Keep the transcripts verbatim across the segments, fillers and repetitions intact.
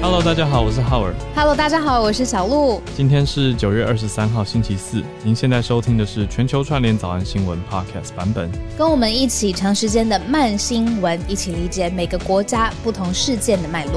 Hello， 大家好，我是浩尔。 Hello， 大家好，我是小鹿。 今天是九月二十三号，星期四。您现在收听的是全球串联早安新闻 Podcast 版本， 跟我们一起长时间的慢新闻，一起理解每个国家不同事件的脉络。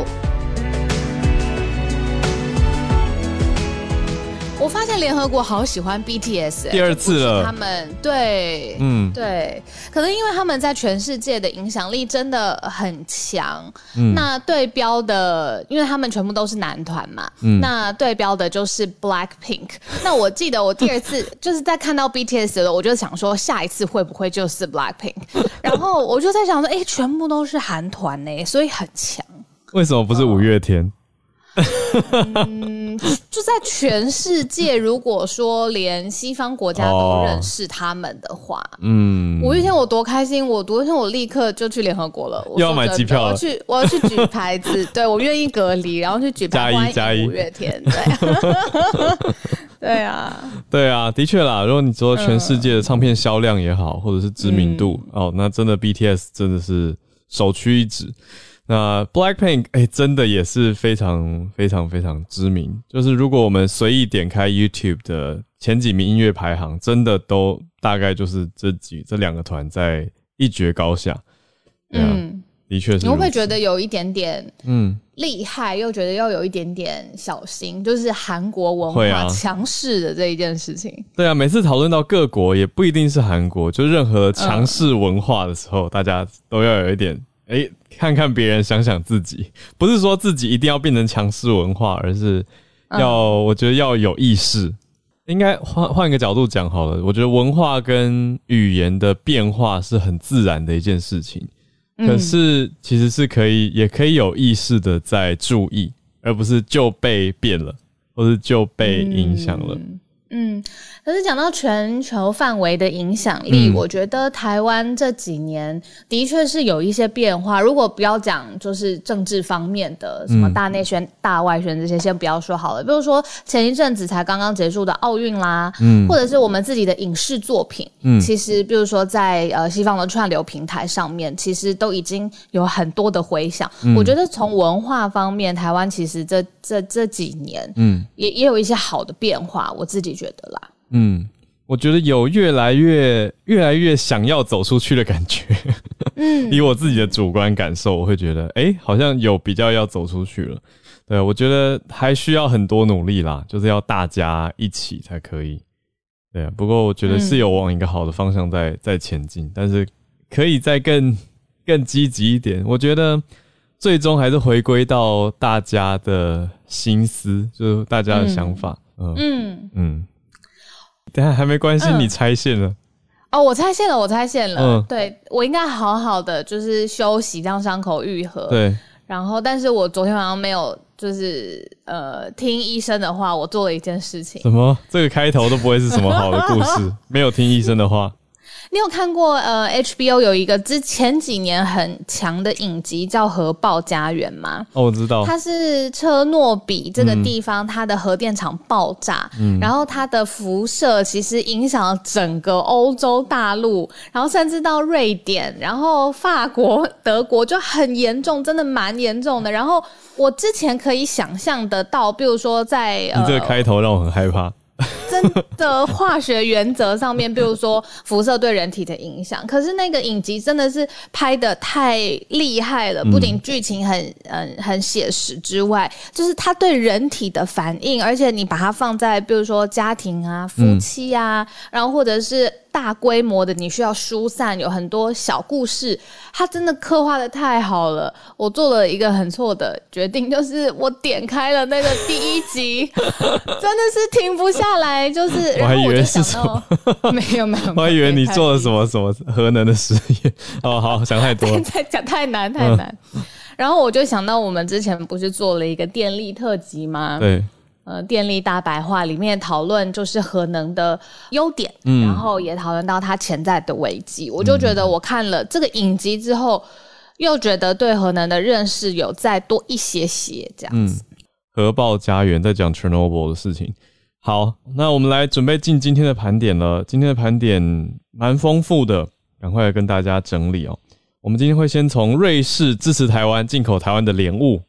我发现联合国好喜欢 B T S， 第二次了。 他们对，嗯，对，可能因为他们在全世界的影响力真的很强。嗯、那对标的，因为他们全部都是男团嘛，嗯、那对标的就是 Blackpink。那我记得我第二次就是在看到 B T S 的时候，我就想说下一次会不会就是 Blackpink？ 然后我就在想说，哎、欸，全部都是韩团呢，所以很强。 为什么不是五月天？ 嗯，就在全世界，如果说连西方国家都认识他们的话，嗯，五月天我多开心！我五月天我立刻就去联合国了， 又要买机票了， 我要去，我要去举牌子，对我愿意隔离，然后去举牌欢迎五月天，对，对啊， 对啊，的确啦。如果你说全世界的唱片销量也好，嗯、或者是知名度、嗯、哦，那真的 B T S 真的是首屈一指。那 Blackpink 哎、欸，真的也是非常非常非常知名。就是如果我们随意点开 YouTube 的前几名音乐排行，真的都大概就是这几这两个团在一决高下。对啊、嗯，的确是。 你会不会觉得有一点点嗯厉害，又觉得要有一点点小心？就是韩国文化强势的这一件事情。 对啊，每次讨论到各国，也不一定是韩国，就任何强势文化的时候，嗯、大家都要有一点。欸，看看别人，想想自己，不是说自己一定要变成强势文化，而是要、嗯、我觉得要有意识。应该换换一个角度讲好了，我觉得文化跟语言的变化是很自然的一件事情，嗯、可是其实是可以也可以有意识的在注意，而不是就被变了，或是就被影响了。嗯嗯，可是讲到全球范围的影响力、嗯、我觉得台湾这几年的确是有一些变化。如果不要讲就是政治方面的什么大内宣、嗯、大外宣这些先不要说好了，比如说前一阵子才刚刚结束的奥运啦、嗯、或者是我们自己的影视作品、嗯、其实比如说在呃西方的串流平台上面其实都已经有很多的回响、嗯、我觉得从文化方面台湾其实这这这几年嗯也也有一些好的变化，我自己觉得啦。 嗯，我觉得有越来越越来越想要走出去的感觉。嗯，以我自己的主观感受，我会觉得哎、欸，好像有比较要走出去了。对，我觉得还需要很多努力啦，就是要大家一起才可以。对啊，不过我觉得是有往一个好的方向在在前进，但是可以再更更积极一点。我觉得最终还是回归到大家的心思，就是大家的想法。嗯嗯嗯，等一下还没关系、嗯，你拆线了。 哦，我拆线了，我拆线了。嗯，对，我应该好好的就是休息，让伤口愈合。 对， 然后，但是我昨天晚上没有，就是呃听医生的话，我做了一件事情。 什么？这个开头都不会是什么好的故事？没有听医生的话。 你有看过呃 H B O 有一个之前几年很强的影集叫《核爆家园》吗？ 哦，我知道。 它是车诺比这个地方、嗯、它的核电厂爆炸、嗯、然后它的辐射其实影响了整个欧洲大陆，然后甚至到瑞典，然后法国、德国就很严重，真的蛮严重的。然后我之前可以想象得到，比如说在你这个开头让我很害怕。 真的化学原则上面，比如说辐射对人体的影响，可是那个影集真的是拍得太厉害了，不仅剧情很嗯很写实之外，就是它对人体的反应，而且你把它放在比如说家庭啊、夫妻啊，嗯、然后或者是大规模的你需要疏散，有很多小故事，它真的刻画得太好了。我做了一个很错的决定，就是我点开了那个第一集，真的是停不下来，就是我还以为是什么， 没有没有， 我还以为你做了什么什么核能的实验。哦，好，想太多了， 再讲太难太难。嗯、然后我就想到我们之前不是做了一个电力特辑吗？ 对。 呃，电力大白话里面讨论就是核能的优点、嗯、然后也讨论到它潜在的危机、嗯、我就觉得我看了这个影集之后又觉得对核能的认识有再多一些些这样子、嗯、 核爆家园在讲 Chernobyl 的事情。好，那我们来准备进今天的盘点了。今天的盘点蛮丰富的，赶快来跟大家整理哦。我们今天会先从瑞士支持台湾进口台湾的莲雾，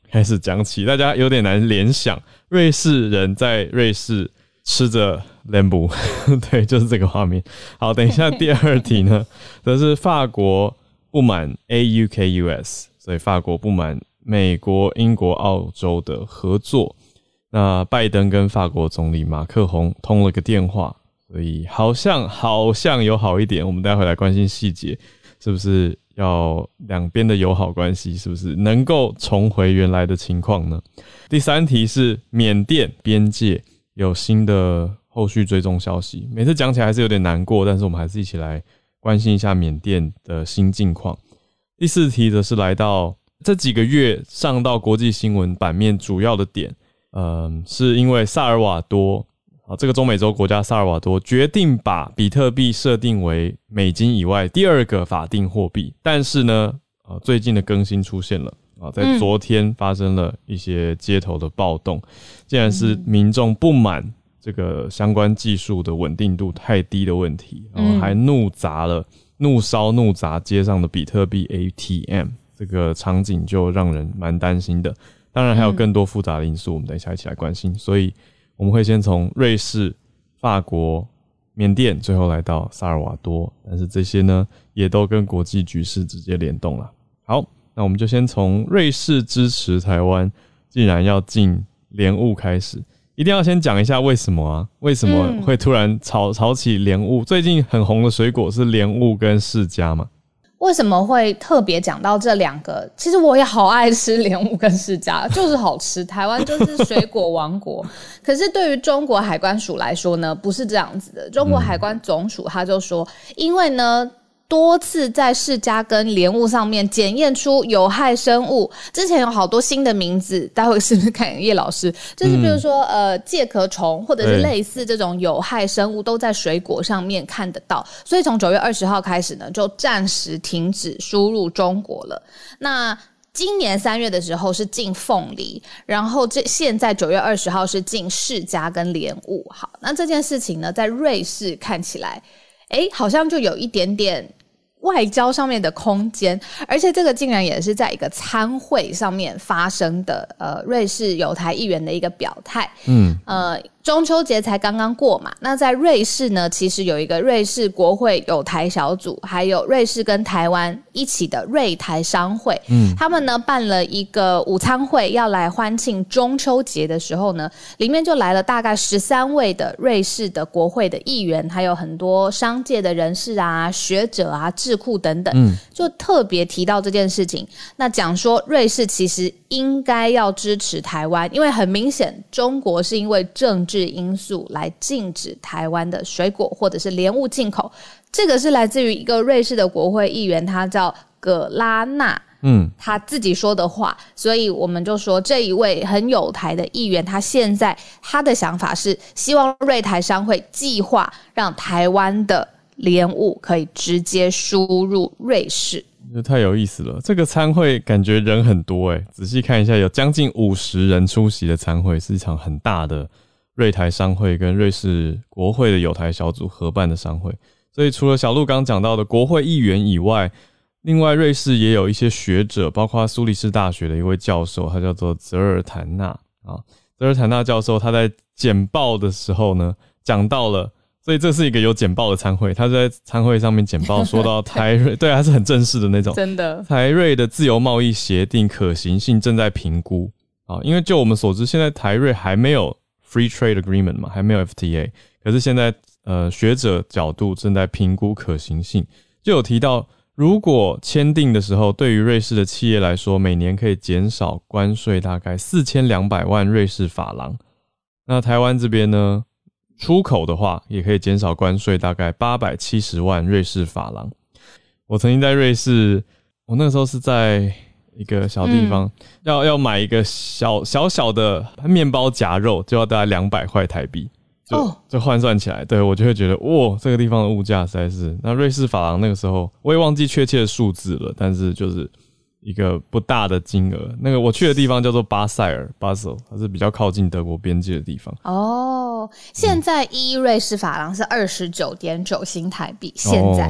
开始讲起，大家有点难联想瑞士人在瑞士吃着莲雾对，就是这个画面。好，等一下第二题呢则是法国不满 A U K U S， 所以法国不满美国、英国、澳洲的合作。那拜登跟法国总理马克宏通了个电话，所以好像好像有好一点，我们待会来关心细节，是不是要两边的友好关系是不是能够重回原来的情况呢？第三题是缅甸边界有新的后续追踪消息，每次讲起来还是有点难过，但是我们还是一起来关心一下缅甸的新境况。第四题则是来到这几个月上到国际新闻版面主要的点，嗯，是因为萨尔瓦多啊，这个中美洲国家萨尔瓦多决定把比特币设定为美金以外第二个法定货币，但是呢，啊，最近的更新出现了啊，在昨天发生了一些街头的暴动，竟然是民众不满这个相关技术的稳定度太低的问题，然后还怒砸了、怒烧、怒砸街上的比特币 A T M， 这个场景就让人蛮担心的。当然还有更多复杂的因素，我们等一下一起来关心，所以我们会先从瑞士、法国、缅甸，最后来到萨尔瓦多，但是这些呢也都跟国际局势直接联动了。好，那我们就先从瑞士支持台湾竟然要禁莲雾开始，一定要先讲一下为什么啊？为什么会突然炒炒起莲雾？最近很红的水果是莲雾跟释迦嘛？ 为什么会特别讲到这两个？其实我也好爱吃莲雾跟释迦，就是好吃。台湾就是水果王国，可是对于中国海关署来说呢，不是这样子的。中国海关总署他就说，因为呢多次在释迦跟莲雾上面检验出有害生物，之前有好多新的名字，待会是不是看叶老师？就是比如说、嗯、呃介壳虫或者是类似这种有害生物都在水果上面看得到，所以从九月二十号开始呢，就暂时停止输入中国了。那今年三月的时候是禁凤梨，然后这现在九月二十号是禁释迦跟莲雾。好，那这件事情呢，在瑞士看起来，哎，好像就有一点点外交上面的空间，而且这个竟然也是在一个参会上面发生的，呃，瑞士友台议员的一个表态。嗯，呃，中秋节才刚刚过嘛，那在瑞士呢，其实有一个瑞士国会友台小组，还有瑞士跟台湾一起的瑞台商会，嗯，他们呢办了一个午餐会，要来欢庆中秋节的时候呢，里面就来了大概十三位的瑞士的国会的议员，还有很多商界的人士啊、学者啊、智库等等，嗯，就特别提到这件事情。那讲说瑞士其实应该要支持台湾，因为很明显中国是因为政治因素来禁止台湾的水果或者是莲雾进口。这个是来自于一个瑞士的国会议员，他叫葛拉纳，嗯，他自己说的话，所以我们就说这一位很友台的议员，他现在他的想法是希望瑞台商会计划让台湾的莲雾可以直接输入瑞士。 这太有意思了，这个参会感觉人很多耶，仔细看一下有将近五十人出席的参会，是一场很大的瑞台商会跟瑞士国会的友台小组合办的商会。所以除了小鹿刚讲到的国会议员以外，另外瑞士也有一些学者，包括苏黎世大学的一位教授，他叫做泽尔坦纳啊。泽尔坦纳教授他在简报的时候呢讲到了，所以这是一个有简报的参会，他在参会上面简报说到台瑞对，还是很正式的那种， 真的台瑞的自由贸易协定可行性正在评估啊，因为就我们所知，现在台瑞还没有 Free Trade Agreement 嘛，还没有 F T A， 可是现在呃学者角度正在评估可行性，就有提到，如果签订的时候，对于瑞士的企业来说，每年可以减少关税大概四千两百万瑞士法郎，那台湾这边呢？出口的话也可以减少关税大概八百七十万瑞士法郎。我曾经在瑞士，我那个时候是在一个小地方，嗯、要要买一个小小小的面包夹肉，就要大概两百块台币，就、哦、就换算起来，对，我就会觉得哇，这个地方的物价实在是，那瑞士法郎那个时候我也忘记确切的数字了，但是就是一个不大的金额。那个我去的地方叫做巴塞尔 Basel， 它是比较靠近德国边界的地方。 哦，现在一瑞士法郎是 二十九点九 新台币，现在、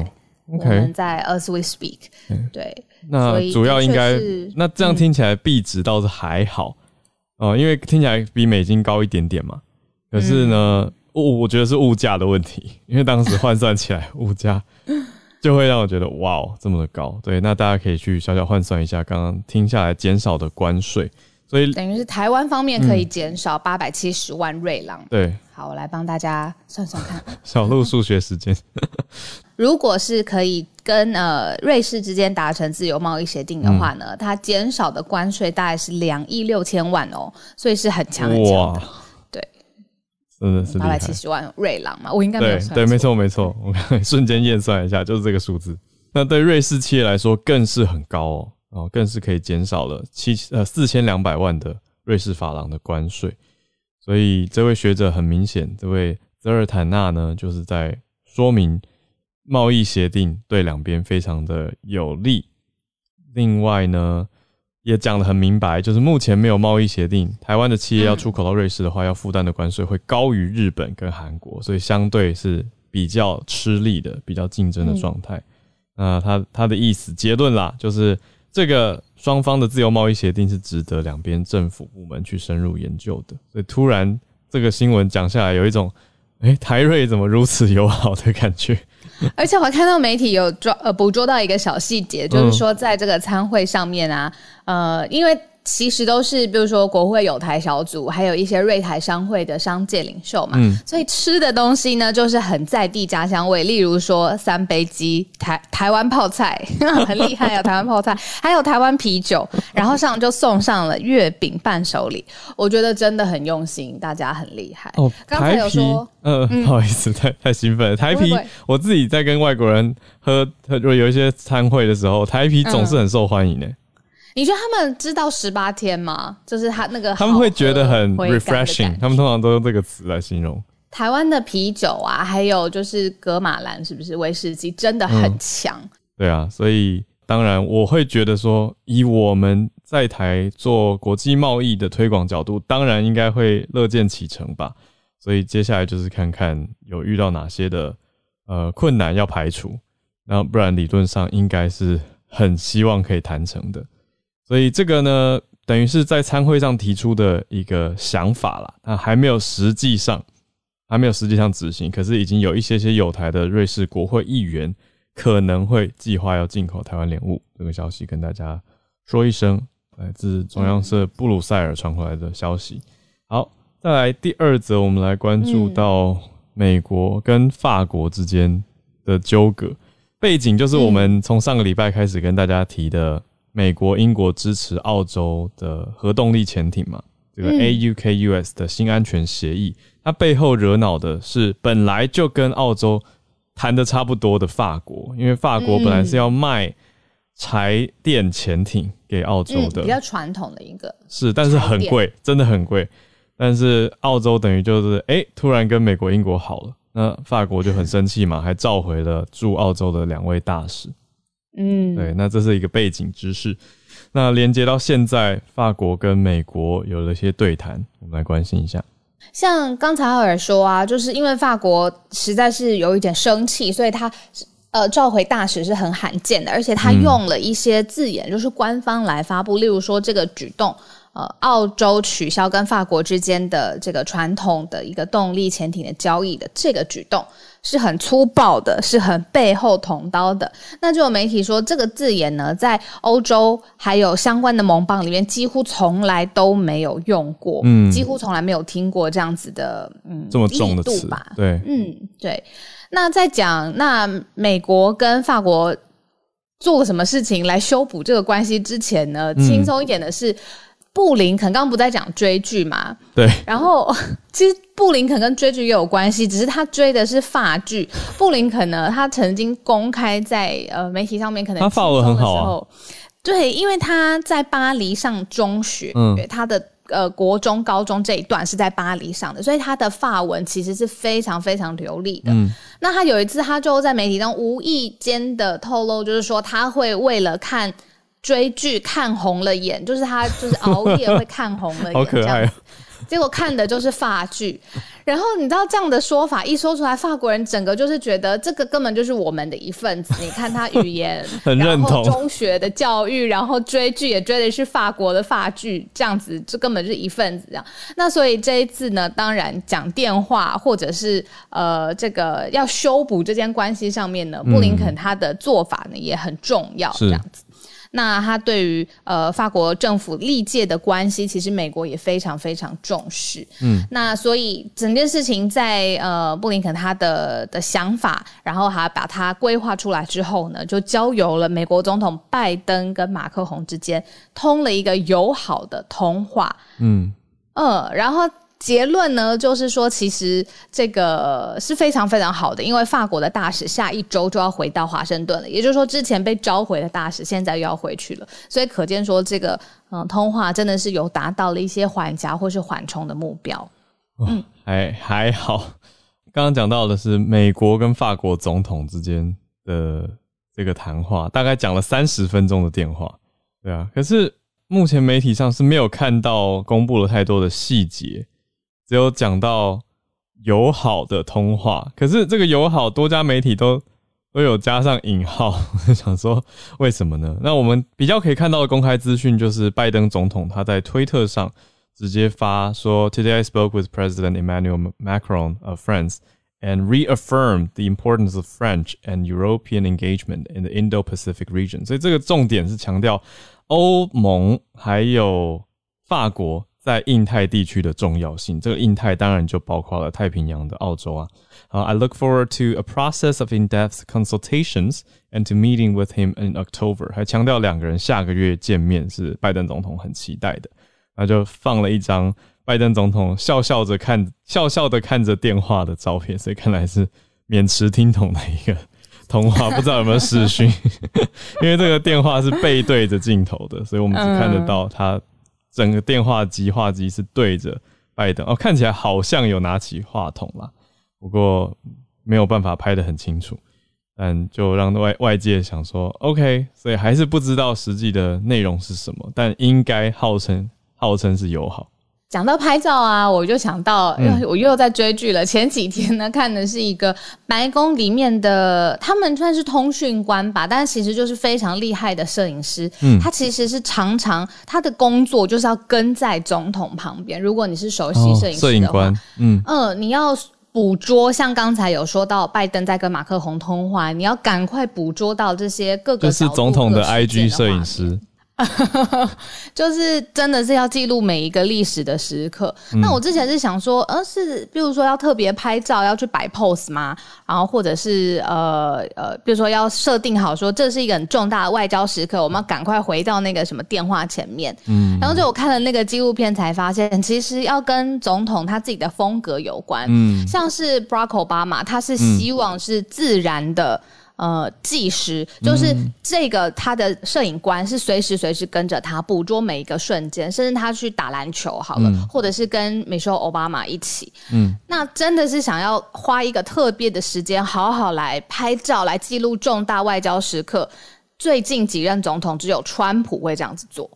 我们在 As We Speak，嗯、对， 那主要应该那这样听起来币值倒是还好哦、嗯呃，因为听起来比美金高一点点嘛。可是呢，物、嗯、我觉得是物价的问题，因为当时换算起来物价就会让我觉得哇，这么的高。对，那大家可以去小小换算一下，刚刚听下来减少的关税。所以等于是台湾方面可以减少八百七十万瑞郎、嗯。 对， 好，我来帮大家算算看。 小鹿数学时间。 如果是可以跟呃瑞士之间达成自由贸易协定的话呢，嗯、它减少的关税大概是两亿六千万哦，所以是很强很强的。对， 真的是厉害。 八百七十万瑞郎嘛，我应该没有算错。 对对，没错没错，我刚瞬间验算一下，就是这个数字。那对瑞士企业来说更是很高哦。哦，更是可以减少了七呃四千两百万的瑞士法郎的关税，所以这位学者很明显，这位泽尔坦纳呢，就是在说明贸易协定对两边非常的有利。另外呢，也讲得很明白，就是目前没有贸易协定，台湾的企业要出口到瑞士的话，要负担的关税会高于日本跟韩国，所以相对是比较吃力的、比较竞争的状态。嗯、那他他的意思结论啦，就是这个双方的自由贸易协定是值得两边政府部门去深入研究的，所以突然这个新闻讲下来，有一种诶台瑞怎么如此友好的感觉。 而且我还看到媒体有抓呃捕捉到一个小细节，就是说在这个参会上面啊，呃，因为其实都是比如说国会友台小组还有一些瑞台商会的商界领袖嘛、嗯、所以吃的东西呢就是很在地家乡味，例如说三杯鸡、台台湾泡菜很厉害啊，台湾泡菜还有台湾啤酒，然后上就送上了月饼伴手礼，我觉得真的很用心，大家很厉害哦。 刚才有说呃、嗯，不好意思，太太兴奋了。台啤我自己在跟外国人喝喝有一些餐会的时候，台啤总是很受欢迎耶、嗯， 你觉得他们知道十八天吗？就是他那个他们会觉得很 refreshing， 他们通常都用这个词来形容。 台湾的啤酒啊，还有就是噶玛兰是不是威士忌真的很强、嗯？ 对啊，所以当然我会觉得说，以我们在台做国际贸易的推广角度，当然应该会乐见其成吧。所以接下来就是看看有遇到哪些的呃困难要排除，那不然理论上应该是很希望可以谈成的。所以这个呢，等于是在参会上提出的一个想法啦，它还没有实际上还没有实际上执行，可是已经有一些些友台的瑞士国会议员可能会计划要进口台湾莲雾，这个消息跟大家说一声，来自中央社布鲁塞尔传回来的消息。好，再来第二则，我们来关注到美国跟法国之间的纠葛，背景就是我们从上个礼拜开始跟大家提的美国、英国支持澳洲的核动力潜艇嘛，这个 A U K U S 的新安全协议，它背后惹恼的是本来就跟澳洲谈的差不多的法国，因为法国本来是要卖柴电潜艇给澳洲的， 嗯、比较传统的一个是，但是很贵，真的很贵。但是澳洲等于就是诶、欸、突然跟美国、英国好了，那法国就很生气嘛，还召回了驻澳洲的两位大使。嗯，对，那这是一个背景知识。那连接到现在，法国跟美国有了一些对谈，我们来关心一下。 像刚才浩尔说啊，就是因为法国实在是有一点生气，所以他呃召回大使是很罕见的，而且他用了一些字眼，就是官方来发布，例如说这个举动。呃，澳洲取消跟法国之间的这个传统的一个动力潜艇的交易的这个举动是很粗暴的，是很背后捅刀的。那就有媒体说，这个字眼呢，在欧洲还有相关的盟邦里面几乎从来都没有用过，嗯，几乎从来没有听过这样子的，嗯， 这么重的词吧？对， 嗯，对。那在讲那美国跟法国做什么事情来修补这个关系之前呢，轻松一点的是。布林肯刚刚不在讲追剧嘛？ 对。 然后其实布林肯跟追剧也有关系，只是他追的是法剧。布林肯呢，他曾经公开在呃媒体上面可能他法文很好啊。 对，因为他在巴黎上中学，嗯，他的呃国中、高中这一段是在巴黎上的，所以他的法文其实是非常非常流利的。嗯。那他有一次他就在媒体上无意间的透露，就是说他会为了看。 追剧看红了眼，就是他就是熬夜会看红了眼， 好可爱哦。 结果看的就是法剧，然后你知道这样的说法一说出来，法国人整个就是觉得这个根本就是我们的一份子。你看他语言很认同， 然后中学的教育，然后追剧也追的是法国的法剧，这样子这根本就是一份子这样。那所以这一次呢，当然讲电话或者是呃这个要修补这件关系上面呢，布林肯他的做法呢也很重要，这样子。那他对于呃法国政府历届的关系，其实美国也非常非常重视。嗯，那所以整件事情在呃布林肯他的的想法，然后还把它规划出来之后呢，就交由了美国总统拜登跟马克宏之间通了一个友好的通话。嗯呃，然后。结论呢，就是说，其实这个是非常非常好的，因为法国的大使下一周就要回到华盛顿了，也就是说，之前被召回的大使现在又要回去了，所以可见说，这个嗯通话真的是有达到了一些缓颊或是缓冲的目标。 嗯，还还好。刚刚讲到的是美国跟法国总统之间的这个谈话，大概讲了三十分钟的电话，对啊，可是目前媒体上是没有看到公布了太多的细节。只有讲到友好的通话，可是这个友好多家媒体都都有加上引号，我想说为什么呢？那我们比较可以看到的公开资讯就是拜登总统他在推特上直接发说 Today I spoke with President Emmanuel Macron of France and reaffirmed the importance of French and European engagement in the Indo-Pacific region. 所以这个重点是强调欧盟还有法国在印太地区的重要性，这个印太当然就包括了太平洋的澳洲啊。Uh, I look forward to a process of in-depth consultations and to meeting with him in October. 还强调两个人下个月见面是拜登总统很期待的。那就放了一张拜登总统笑笑着看笑笑的看着电话的照片，所以看来是免持听筒的一个通话，不知道有没有视讯，因为这个电话是背对着镜头的，所以我们只看得到他。整个电话机话机是对着拜登，哦，看起来好像有拿起话筒啦，不过没有办法拍得很清楚，但就让外外界想说 OK， 所以还是不知道实际的内容是什么，但应该号称号称是友好。 讲到拍照啊，我就想到、嗯、我又在追剧了。前几天呢看的是一个白宫里面的，他们算是通讯官吧，但是其实就是非常厉害的摄影师。嗯，他其实是常常他的工作就是要跟在总统旁边。如果你是熟悉摄影师的话，摄影官，嗯嗯，你要捕捉，像刚才有说到拜登在跟马克宏通话，你要赶快捕捉到这些各个就是总统的 I G 摄影师。 就是真的是要记录每一个历史的时刻、嗯、那我之前是想说呃，是比如说要特别拍照要去摆 pose 吗？然后或者是呃呃，比如说要设定好说这是一个很重大的外交时刻，我们要赶快回到那个什么电话前面。嗯，然后就我看了那个纪录片才发现其实要跟总统他自己的风格有关。嗯，像是 Barack Obama 他是希望是自然的、嗯呃，纪实就是这个他的摄影官是随时随时跟着他捕捉每一个瞬间，甚至他去打篮球好了、嗯、或者是跟美秀奥巴马一起，嗯，那真的是想要花一个特别的时间好好来拍照来记录重大外交时刻，最近几任总统只有川普会这样子做。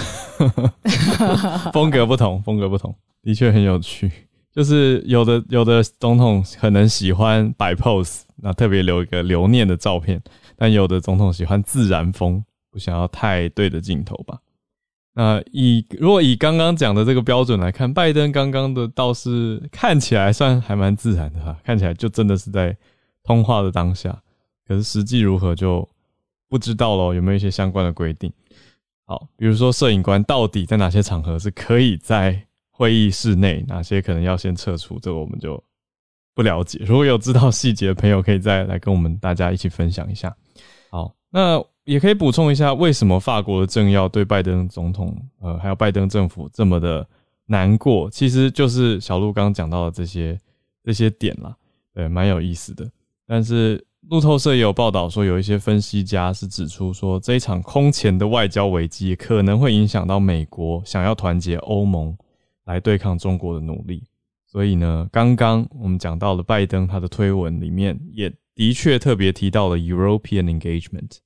风格不同风格不同，的确很有趣，就是有的有的总统可能喜欢摆 pose， 那特别留一个留念的照片，但有的总统喜欢自然风，不想要太对着镜头吧。那以如果以刚刚讲的这个标准来看，拜登刚刚的倒是看起来算还蛮自然的哈，看起来就真的是在通话的当下，可是实际如何就不知道咯，有没有一些相关的规定。好，比如说摄影官到底在哪些场合是可以在会议室内，哪些可能要先撤出，这个我们就不了解。如果有知道细节的朋友可以再来跟我们大家一起分享一下。好，那也可以补充一下为什么法国的政要对拜登总统呃还有拜登政府这么的难过，其实就是小鹿刚刚讲到的这些这些点啦，对，蛮有意思的。但是路透社也有报道说，有一些分析家是指出说，这一场空前的外交危机可能会影响到美国想要团结欧盟来对抗中国的努力。所以呢，刚刚我们讲到了拜登他的推文里面也的确特别提到了 European engagement，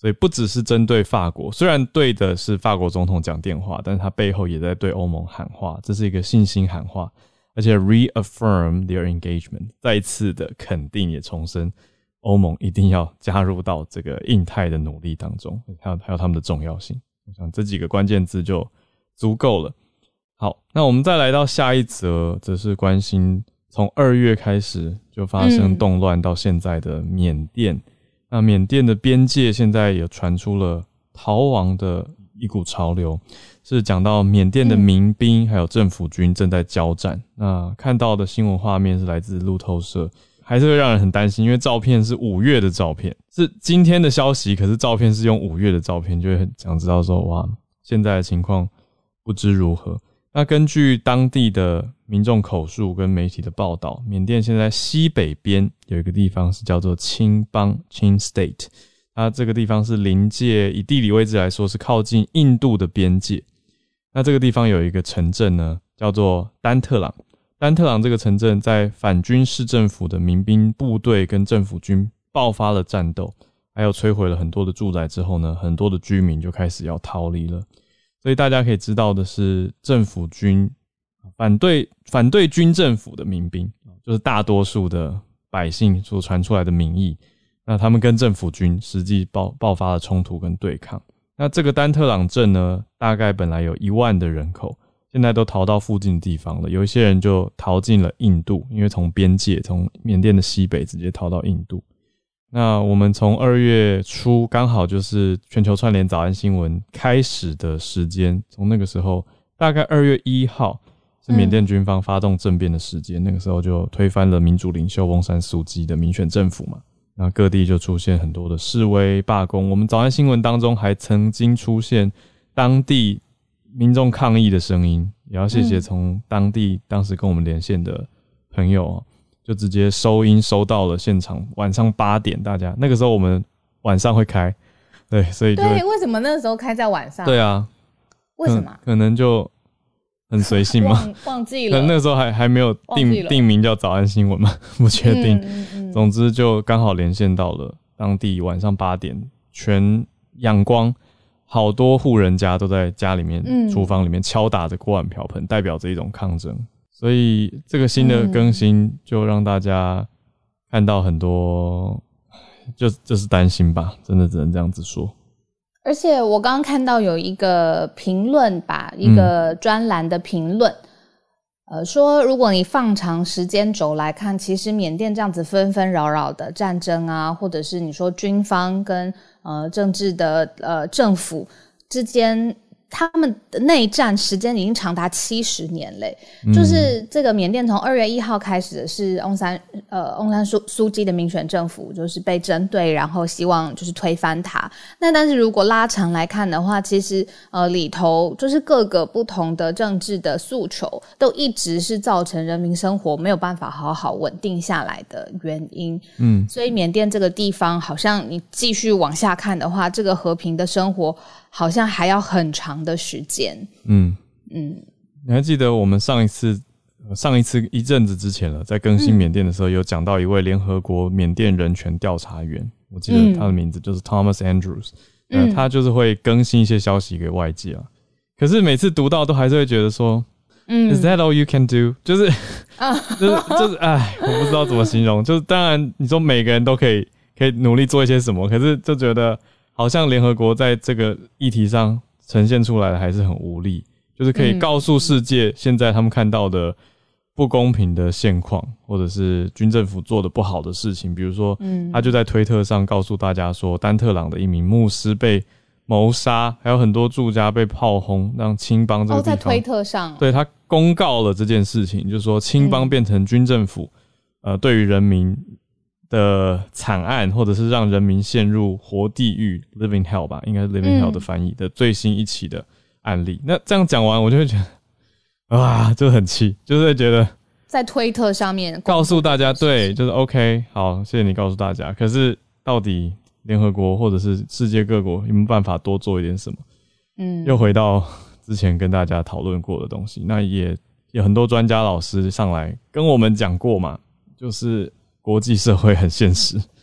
所以不只是针对法国，虽然对的是法国总统讲电话，但是他背后也在对欧盟喊话，这是一个信心喊话，而且 reaffirm their engagement， 再一次的肯定也重申欧盟一定要加入到这个印太的努力当中，还有还有他们的重要性。我想这几个关键字就足够了。好，那我们再来到下一则，则是关心从二月开始就发生动乱到现在的缅甸。嗯，那缅甸的边界现在也传出了逃亡的一股潮流，是讲到缅甸的民兵还有政府军正在交战。嗯，那看到的新闻画面是来自路透社，还是会让人很担心，因为照片是五月的照片，是今天的消息，可是照片是用五月的照片，就会很想知道说，哇，现在的情况不知如何。那根据当地的民众口述跟媒体的报道，缅甸现在西北边有一个地方是叫做青邦 Chin State， 它这个地方是临界，以地理位置来说是靠近印度的边界。那这个地方有一个城镇呢，叫做丹特朗。丹特朗这个城镇在反军市政府的民兵部队跟政府军爆发了战斗，还有摧毁了很多的住宅之后呢，很多的居民就开始要逃离了。所以大家可以知道的是，政府军反对反对军政府的民兵，就是大多数的百姓所传出来的民意，那他们跟政府军实际爆爆发了冲突跟对抗。那这个丹特朗镇呢，大概本来有一万的人口，现在都逃到附近的地方了，有一些人就逃进了印度，因为从边界从缅甸的西北直接逃到印度。那我们从二月初刚好就是全球串联早安新闻开始的时间，从那个时候大概二月一号是缅甸军方发动政变的时间，嗯，那个时候就推翻了民主领袖翁山苏姬的民选政府嘛，那各地就出现很多的示威罢工。我们早安新闻当中还曾经出现当地民众抗议的声音，也要谢谢从当地当时跟我们连线的朋友，哦，就直接收音收到了现场，晚上八点，大家那个时候我们晚上会开，对，所以就对，为什么那个时候开在晚上？ 对啊， 为什么？ 可, 可能就很随性嘛， 忘, 忘记了， 可能那个时候还还没有定定名叫早安新闻嘛，不确定。嗯嗯嗯，总之就刚好连线到了当地晚上八点，全阳光，好多户人家都在家里面，嗯，厨房里面敲打着锅碗瓢盆，代表着一种抗争。所以这个新的更新就让大家看到很多，就就是担心吧，真的只能这样子说。 而且我刚刚看到有一个评论吧，一个专栏的评论，嗯，呃，说如果你放长时间轴来看，其实缅甸这样子纷纷扰扰的战争啊，或者是你说军方跟呃政治的呃政府之间，他们的内战时间已经长达七十年嘞，嗯，就是这个缅甸从二月一号开始的是翁山呃翁山苏苏姬的民选政府，就是被针对，然后希望就是推翻它。那但是如果拉长来看的话，其实呃里头就是各个不同的政治的诉求，都一直是造成人民生活没有办法好好稳定下来的原因。嗯，所以缅甸这个地方，好像你继续往下看的话，这个和平的生活好像还要很长的时间。嗯嗯，你还记得我们上一次上一次一阵子之前了，在更新缅甸的时候，有讲到一位联合国缅甸人权调查员，我记得他的名字就是 Thomas Andrews，嗯，他就是会更新一些消息给外界啊。可是每次读到都还是会觉得说，嗯 ，Is that all you can do？ 就是，就是就是哎，我不知道怎么形容。就是当然你说每个人都可以可以努力做一些什么，可是就觉得好像联合国在这个议题上呈现出来的还是很无力，就是可以告诉世界现在他们看到的不公平的现况，或者是军政府做的不好的事情。比如说，他就在推特上告诉大家说，丹特朗的一名牧师被谋杀，还有很多住家被炮轰，让青邦这个地方， 哦，在推特上， 对，他公告了这件事情，就是说青邦变成军政府，嗯、呃，对于人民的惨案，或者是让人民陷入活地狱 living hell 吧，应该是 living hell 的翻译的最新一起的案例。那这样讲完，我就会觉得啊，就很气，就是会觉得在推特上面告诉大家，对，就是 OK， 好，谢谢你告诉大家。可是到底联合国或者是世界各国有没有办法多做一点什么？嗯，又回到之前跟大家讨论过的东西。那也有很多专家老师上来跟我们讲过嘛，就是国际社会很现实。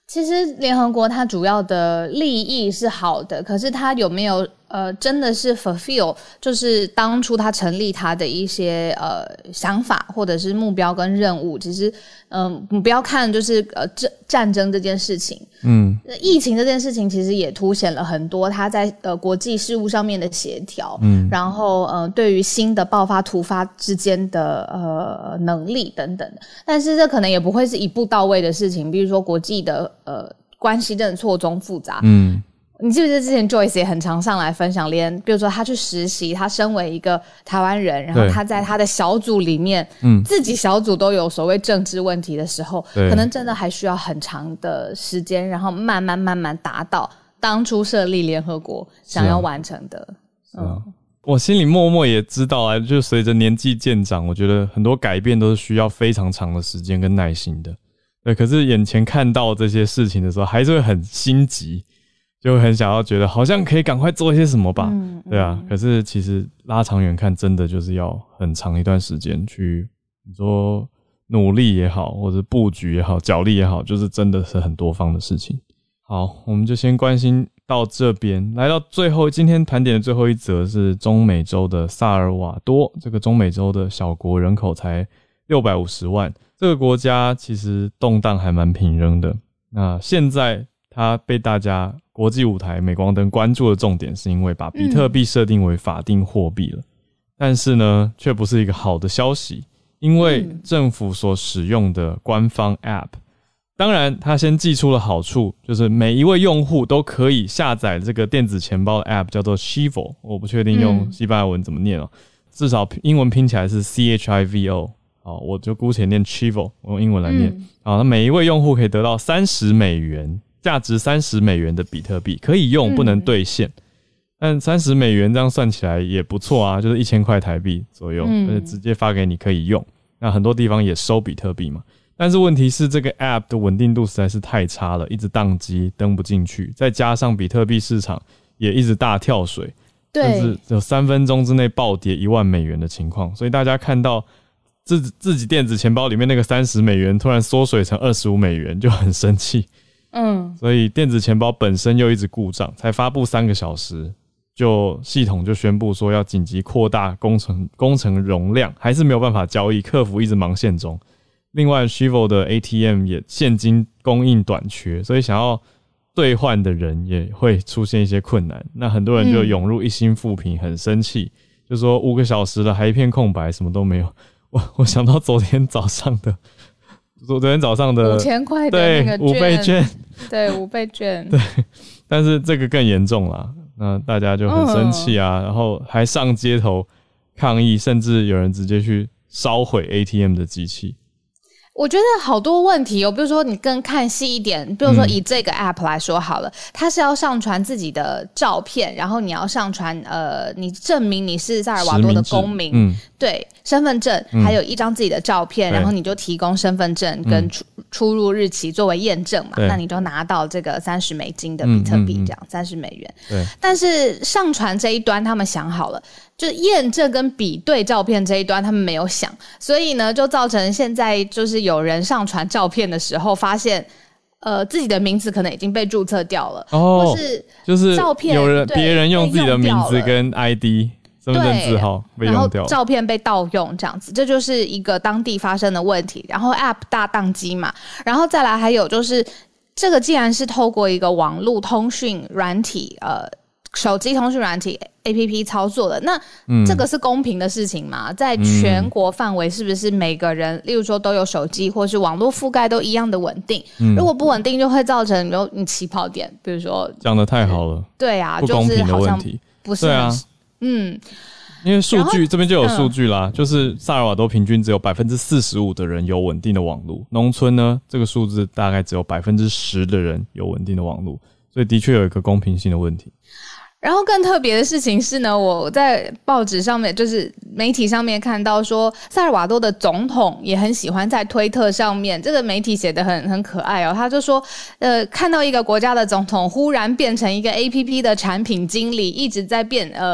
其实联合国它主要的利益是好的，可是它有没有呃真的是 fulfill 就是当初它成立它的一些呃想法或者是目标跟任务，其实嗯、呃、你不要看就是呃战战争这件事情，嗯，疫情这件事情其实也凸显了很多它在呃国际事务上面的协调，嗯，然后呃对于新的爆发突发之间的呃能力等等的，但是这可能也不会是一步到位的事情，比如说国际的呃关系真的错综复杂，嗯。你记不记得之前 Joyce 也很常上来分享，连比如说他去实习，他身为一个台湾人，然后他在他的小组里面，嗯，自己小组都有所谓政治问题的时候，可能真的还需要很长的时间，然后慢慢慢慢达到当初设立联合国想要完成的。 是啊，嗯，是啊，我心里默默也知道啊，就随着年纪渐长，我觉得很多改变都是需要非常长的时间跟耐心的。对，可是眼前看到这些事情的时候，还是会很心急。就很想要觉得好像可以赶快做一些什么吧，嗯，对啊，可是其实拉长远看，真的就是要很长一段时间去，你说努力也好，或者布局也好，角力也好，就是真的是很多方的事情。好，我们就先关心到这边，来到最后，今天盘点的最后一则是中美洲的萨尔瓦多，这个中美洲的小国人口才六百五十万，这个国家其实动荡还蛮平庸的。那现在它被大家国际舞台镁光灯关注的重点是因为把比特币设定为法定货币了，嗯，但是呢却不是一个好的消息，因为政府所使用的官方 App， 当然它先寄出了好处，就是每一位用户都可以下载这个电子钱包的 App 叫做 Chivo， 我不确定用西班牙文怎么念哦，至少英文拼起来是 C H I V O， 好，我就姑且念 Chivo， 我用英文来念，嗯，好，那每一位用户可以得到三十美元，价值三十美元的比特币，可以用不能兑现，嗯，但三十美元这样算起来也不错啊，就是一千块台币左右，嗯，而且直接发给你可以用。那很多地方也收比特币嘛，但是问题是这个 App 的稳定度实在是太差了，一直宕机登不进去，再加上比特币市场也一直大跳水，甚至有三分钟之内暴跌一万美元的情况，所以大家看到自自己电子钱包里面那个三十美元突然缩水成二十五美元就很生气。嗯，所以电子钱包本身又一直故障，才发布三个小时，就系统就宣布说要紧急扩大工程工程容量，还是没有办法交易，客服一直忙线中。另外 Chivo 的 A T M 也现金供应短缺，所以想要兑换的人也会出现一些困难。那很多人就涌入一心负评，很生气，就说五个小时了还一片空白，什么都没有。我我想到昨天早上的。昨天早上的五千块的那个对五倍券， 对五倍券， 对，但是这个更严重啦，那大家就很生气啊，嗯，然后还上街头抗议，甚至有人直接去烧毁 A T M 的机器。 我觉得好多问题哦，比如说你更看细一点，比如说以这个 app 来说好了，它是要上传自己的照片，然后你要上传呃，你证明你是萨尔瓦多的公民，嗯，对，身份证，嗯，还有一张自己的照片，然后你就提供身份证跟出，嗯，出入日期作为验证嘛，那你就拿到这个三十美金的比特币，这样三十美元。对，但是上传这一端他们想好了。就是验证跟比对照片这一端他们没有想，所以呢就造成现在就是有人上传照片的时候发现呃自己的名字可能已经被注册掉了，哦，或是就是照片有人别人用自己的名字跟 I D 身份证字号被用掉了，然后照片被盗用这样子，这就是一个当地发生的问题，然后 App 大宕机嘛，然后再来还有就是这个既然是透过一个网络通讯软体呃手机通讯软体 A P P 操作的，那这个是公平的事情吗？在全国范围是不是每个人例如说都有手机或是网络覆盖都一样的稳定，嗯，如果不稳定就会造成有你起跑点比如说讲得太好了， 对啊， 不公平的问题， 不是很，对啊，嗯， 因为数据这边就有数据啦，嗯，就是萨尔瓦多平均只有 百分之四十五 的人有稳定的网络，农村呢这个数字大概只有 百分之十 的人有稳定的网络，所以的确有一个公平性的问题。 然后更特别的事情是呢，我在报纸上面就是媒体上面看到说萨尔瓦多的总统也很喜欢在推特上面，这个媒体写得很很可爱哦，他就说呃，看到一个国家的总统忽然变成一个 A P P 的产品经理，一直在变呃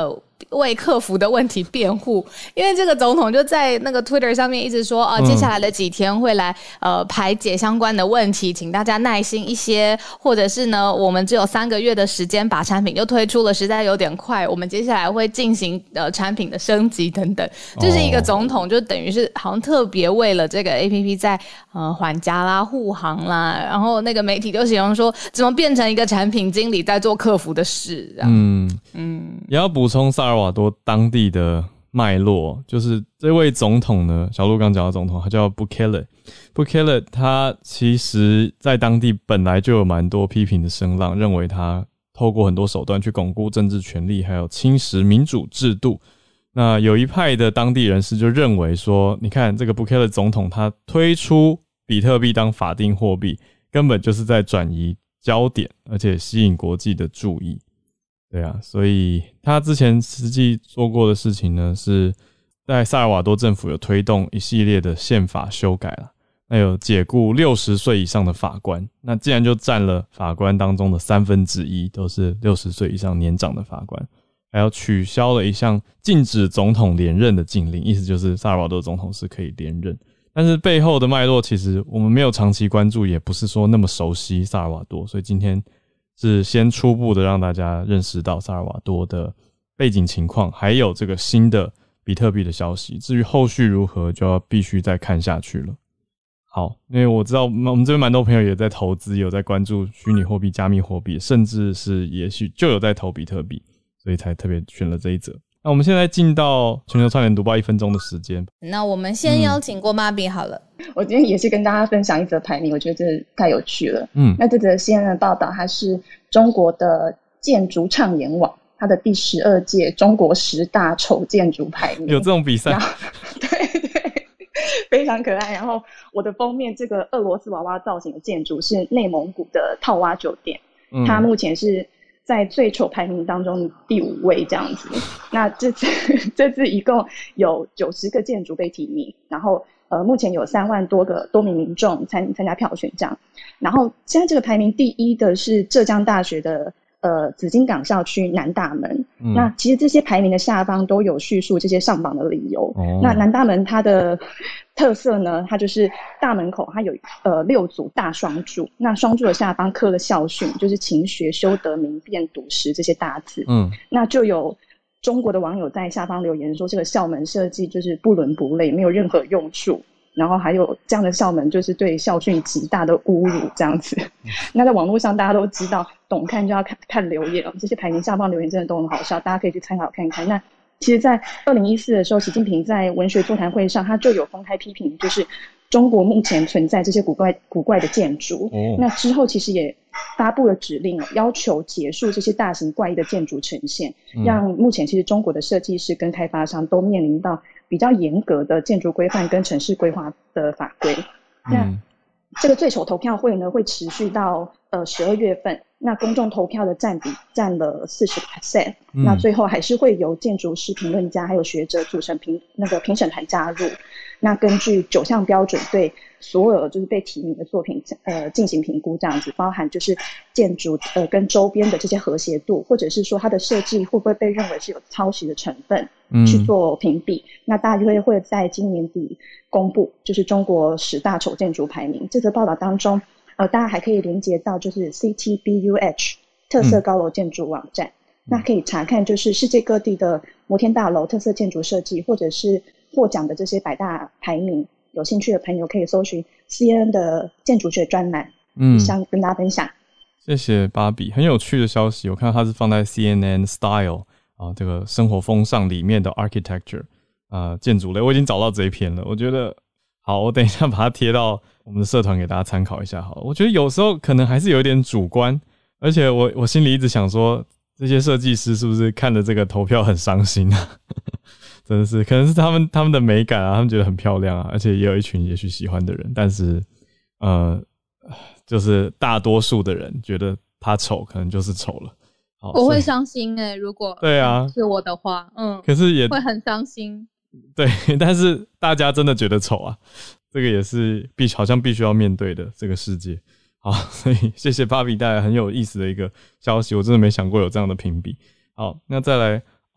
为克服的问题辩护，因为这个总统就在那个 Twitter 上面一直说，呃，接下来的几天会来呃排解相关的问题，请大家耐心一些，或者是呢，我们只有三个月的时间把产品就推出了，实在有点快，我们接下来会进行呃产品的升级等等，就是一个总统就等于是好像特别为了这个 A P P 在呃缓夹啦、护航啦，然后那个媒体就形容说，怎么变成一个产品经理在做客服的事，这样。嗯嗯，也要补充萨尔瓦多当地的脉络，就是这位总统呢，小鹿刚讲的总统，他叫 Bukele。Bukele 他其实在当地本来就有蛮多批评的声浪，认为他透过很多手段去巩固政治权力，还有侵蚀民主制度。那有一派的当地人士就认为说，你看这个 Bukele 总统他推出比特币当法定货币，根本就是在转移焦点，而且吸引国际的注意。对啊，所以他之前实际做过的事情呢，是在萨尔瓦多政府有推动一系列的宪法修改啦，那有解雇六十岁以上的法官，那既然就占了法官当中的三分之一都是六十岁以上年长的法官，还有取消了一项禁止总统连任的禁令，意思就是萨尔瓦多总统是可以连任。但是背后的脉络其实我们没有长期关注，也不是说那么熟悉萨尔瓦多，所以今天是先初步的让大家认识到萨尔瓦多的背景情况，还有这个新的比特币的消息。至于后续如何，就要必须再看下去了。好，因为我知道我们这边蛮多朋友也在投资，有在关注虚拟货币、加密货币，甚至是也许就有在投比特币，所以才特别选了这一则。那我们现在进到全球串联读报一分钟的时间。 那我们先邀请郭妈比好了、 嗯。我今天也是跟大家分享一则排名，我觉得这太有趣了。嗯，那这则 C N N 的报道，它是中国的建筑畅言网它的第十二届中国十大丑建筑排名。 有这种比赛？ 对对，非常可爱。然后我的封面这个俄罗斯娃娃造型的建筑是内蒙古的套娃酒店，嗯、它目前是在最丑排名当中第五位这样子。那这次这次一共有九十个建筑被提名，然后呃目前有三万多个多名民众参参加票选这样。然后现在这个排名第一的是浙江大学的呃紫金港校区南大门、嗯。那其实这些排名的下方都有叙述这些上榜的理由。哦、那南大门它的特色呢，它就是大门口它有呃六组大双柱，那双柱的下方刻了校训，就是勤学修德明辨笃实这些大字。嗯，那就有中国的网友在下方留言说，这个校门设计就是不伦不类，没有任何用处。然后还有这样的校门就是对校训极大的侮辱这样子。那在网络上大家都知道，懂看就要看看留言，这些排名下方留言真的都很好笑，大家可以去参考看看。那其实在二零一四的时候，习近平在文学座谈会上他就有公开批评，就是中国目前存在这些古怪古怪的建筑、哦、那之后其实也发布了指令，要求结束这些大型怪异的建筑呈现、嗯、让目前其实中国的设计师跟开发商都面临到比较严格的建筑规范跟城市规划的法规、嗯、那这个最丑投票会呢会持续到呃十二月份，那公众投票的占比占了 百分之四十、嗯、那最后还是会由建筑师、评论家还有学者组成评那个评审团加入，那根据九项标准对所有就是被提名的作品呃进行评估这样子，包含就是建筑呃跟周边的这些和谐度，或者是说它的设计会不会被认为是有抄袭的成分、嗯、去做评比。那大约会在今年底公布就是中国十大丑建筑排名。这则报道当中呃大家还可以连接到就是 C T B U H 特色高楼建筑网站、嗯、那可以查看就是世界各地的摩天大楼特色建筑设计，或者是获奖的这些百大排名，有兴趣的朋友可以搜寻 C N N 的建筑学专栏，嗯，想跟大家分享。 谢谢芭比，很有趣的消息，我看到它是放在 C N N Style 啊，这个生活风尚里面的 Architecture 啊建筑类，我已经找到这一篇了，我觉得好，我等一下把它贴到我们的社团给大家参考一下好了。我觉得有时候可能还是有一点主观，而且我我心里一直想说，这些设计师是不是看了这个投票很伤心啊？真的是，可能是他们他们的美感啊，他们觉得很漂亮啊，而且也有一群也许喜欢的人，但是呃，就是大多数的人觉得他丑，可能就是丑了。好， 我会伤心欸，如果对啊是我的话，嗯， 可是也会很伤心。 对，但是大家真的觉得丑啊，这个也是必好像必须要面对的这个世界。好，所以谢谢芭比带来很有意思的一个消息，我真的没想过有这样的评比。好，那再来。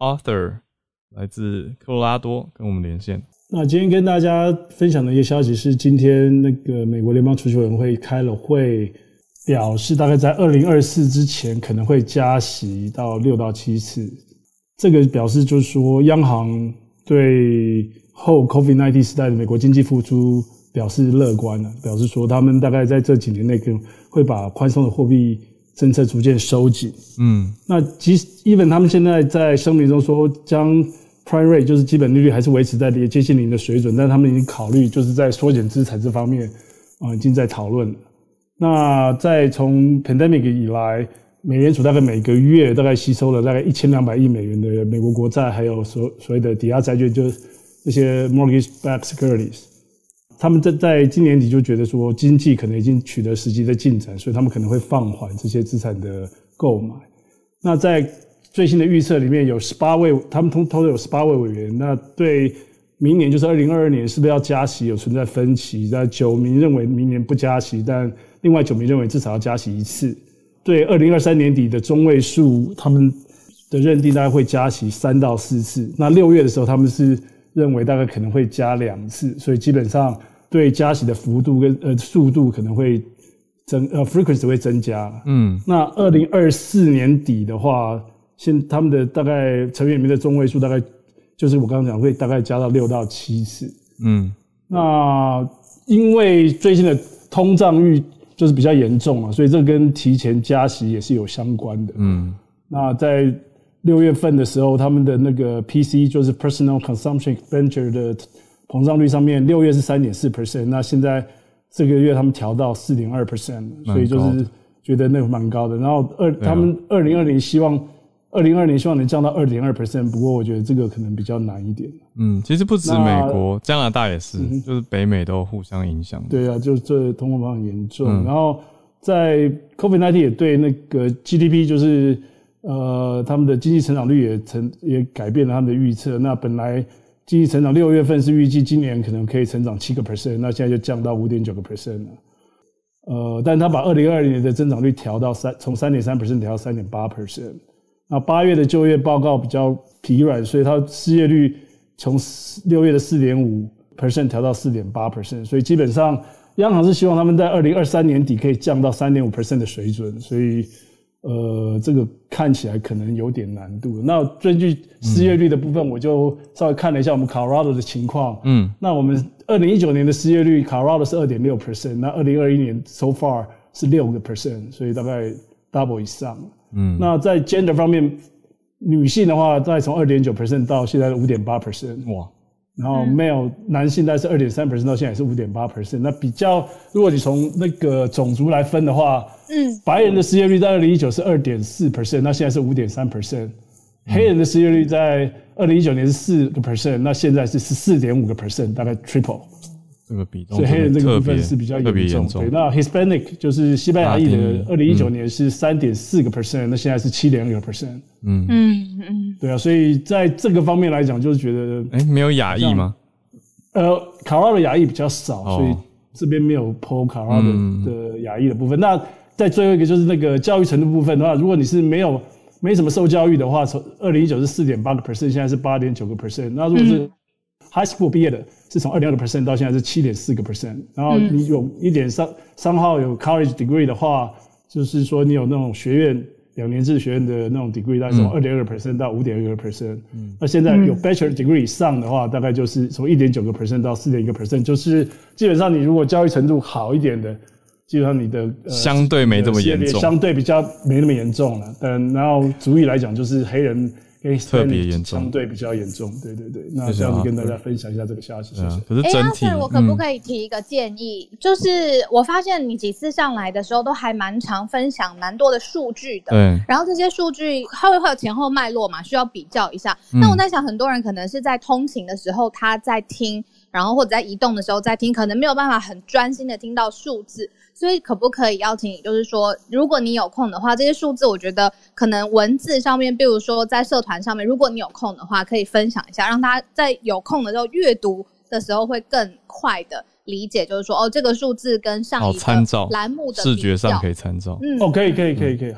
Arthur 来自科罗拉多跟我们连线。 那今天跟大家分享的一个消息是，今天那个美国联邦储蓄委员会开了会，表示大概在二零二四之前可能会加息到六到七次。这个表示就是说，央行对后 COVID 十九 时代的美国经济复苏表示乐观了，表示说他们大概在这几年内可能会把宽松的货币政策逐渐收紧。嗯，那即使 even 他们现在在声明中说将 prime rate 就是基本利率还是维持在接近零的水准，但他们已经考虑就是在缩减资产这方面啊、呃、已经在讨论了。那在从 pandemic 以来，美联储大概每个月大概吸收了大概一千两百亿美元的美国国债，还有所所谓的抵押债券，就是这些 mortgage-backed securities。他们在在今年底就觉得说经济可能已经取得实际的进展，所以他们可能会放缓这些资产的购买。那在最新的预测里面有十八位，他们通通有十八位委员，那对明年就是二零二二年是不是要加息有存在分歧。那九名认为明年不加息，但另外九名认为至少要加息一次。对二零二三年底的中位数，他们的认定大概会加息三到四次。那六月的时候他们是认为大概可能会加两次，所以基本上对加息的幅度跟呃速度可能会增呃 frequency 会增加。嗯，那二零二四年底的话，现他们的大概成员里面的中位数大概就是我刚刚讲会大概加到六到七次。嗯，那因为最近的通胀率就是比较严重嘛，所以这跟提前加息也是有相关的。嗯，那在六月份的时候，他们的那个 P C E 就是 Personal Consumption Expenditure 的膨胀率上面，六月是 百分之三点四， 那现在这个月他们调到 百分之四点二， 所以就是觉得那个蛮高的。然后二他们二零二零希望二零二零年希望能降到 百分之二点二， 不过我觉得这个可能比较难一点。 嗯，其实不止美国，加拿大也是，嗯、就是北美都互相影响。 对啊，就这通货膨胀很严重。嗯、然后在 COVID 十九 也对那个 G D P 就是呃他们的经济成长率也成也改变了他们的预测。那本来经济成长六月份是预计今年可能可以成长 百分之七， 那现在就降到 百分之五点九 了。呃，但他把二零二零年的增长率调到三从 百分之三点三 调到 百分之三点八。那八月的就业报告比较疲软，所以它失业率从六月的 四点五 调到 四点八， 所以基本上央行是希望他们在二零二三年底可以降到 三点五 的水准，所以呃，这个看起来可能有点难度。那根据失业率的部分，我就稍微看了一下我们 Colorado 的情况。嗯，那我们二零一九年的失业率 Colorado 是 二点六 那二零二一年 so far 是 百分之六， 所以大概 double 以上。嗯，那在 gender 方面，女性的话，大概从 二点九 到现在的 五点八。哇！然后 male、嗯、男性大概是 二点三 到现在也是 五点八。那比较，如果你从那个种族来分的话，嗯，白人的失业率在二零一九是 二点四 那现在是 五点三。黑人的失业率在二零一九年是 四 那现在是 十四点五 大概 triple。 这个比重， 所以黑人这个部分是比较严重。对，那 Hispanic 就是西班牙裔的，二零一九年是 三点四 那现在是 七点二 嗯嗯嗯，对啊，所以在这个方面来讲，就是觉得， 哎、欸，没有亚裔吗？ 呃，卡拉的亚裔比较少，哦、所以这边没有 po 卡拉的、嗯、的亚裔的部分。那在最后一个就是那个教育程度部分的话，如果你是没有没什么受教育的话，从二零一九是 四点八 现在是 八点九 那如果是、嗯High school 毕业的是从 二点二 到现在是 七点四 然后你有一点商商号有 college degree 的话，就是说你有那种学院两年制学院的那种 degree， 大概从 二点二 到 五点二 嗯，那现在有 bachelor degree 以上的话，大概就是从 一点九 到 四点一 就是基本上你如果教育程度好一点的，基本上你的、呃、 相对没这么严重， 相对比较没那么严重了。但然后族裔来讲，就是黑人。 特别严重， 相对比较严重，对对对。那这样子跟大家分享一下这个消息，谢谢。 可是整体， 欸、我可不可以提一个建议？嗯、就是我发现你几次上来的时候都还蛮常分享蛮多的数据的，对。然后这些数据它会会有前后脉络嘛，需要比较一下。那、嗯、我在想，很多人可能是在通勤的时候他在听，然后或者在移动的时候在听，可能没有办法很专心的听到数字。所以可不可以邀请你，就是说如果你有空的话，这些数字我觉得可能文字上面，比如说在社团上面，如果你有空的话可以分享一下，让大家在有空的时候阅读的时候会更快的理解，就是说哦，这个数字跟上一个栏目的视觉上可以参照。 嗯，哦，可以可以可以可以，好，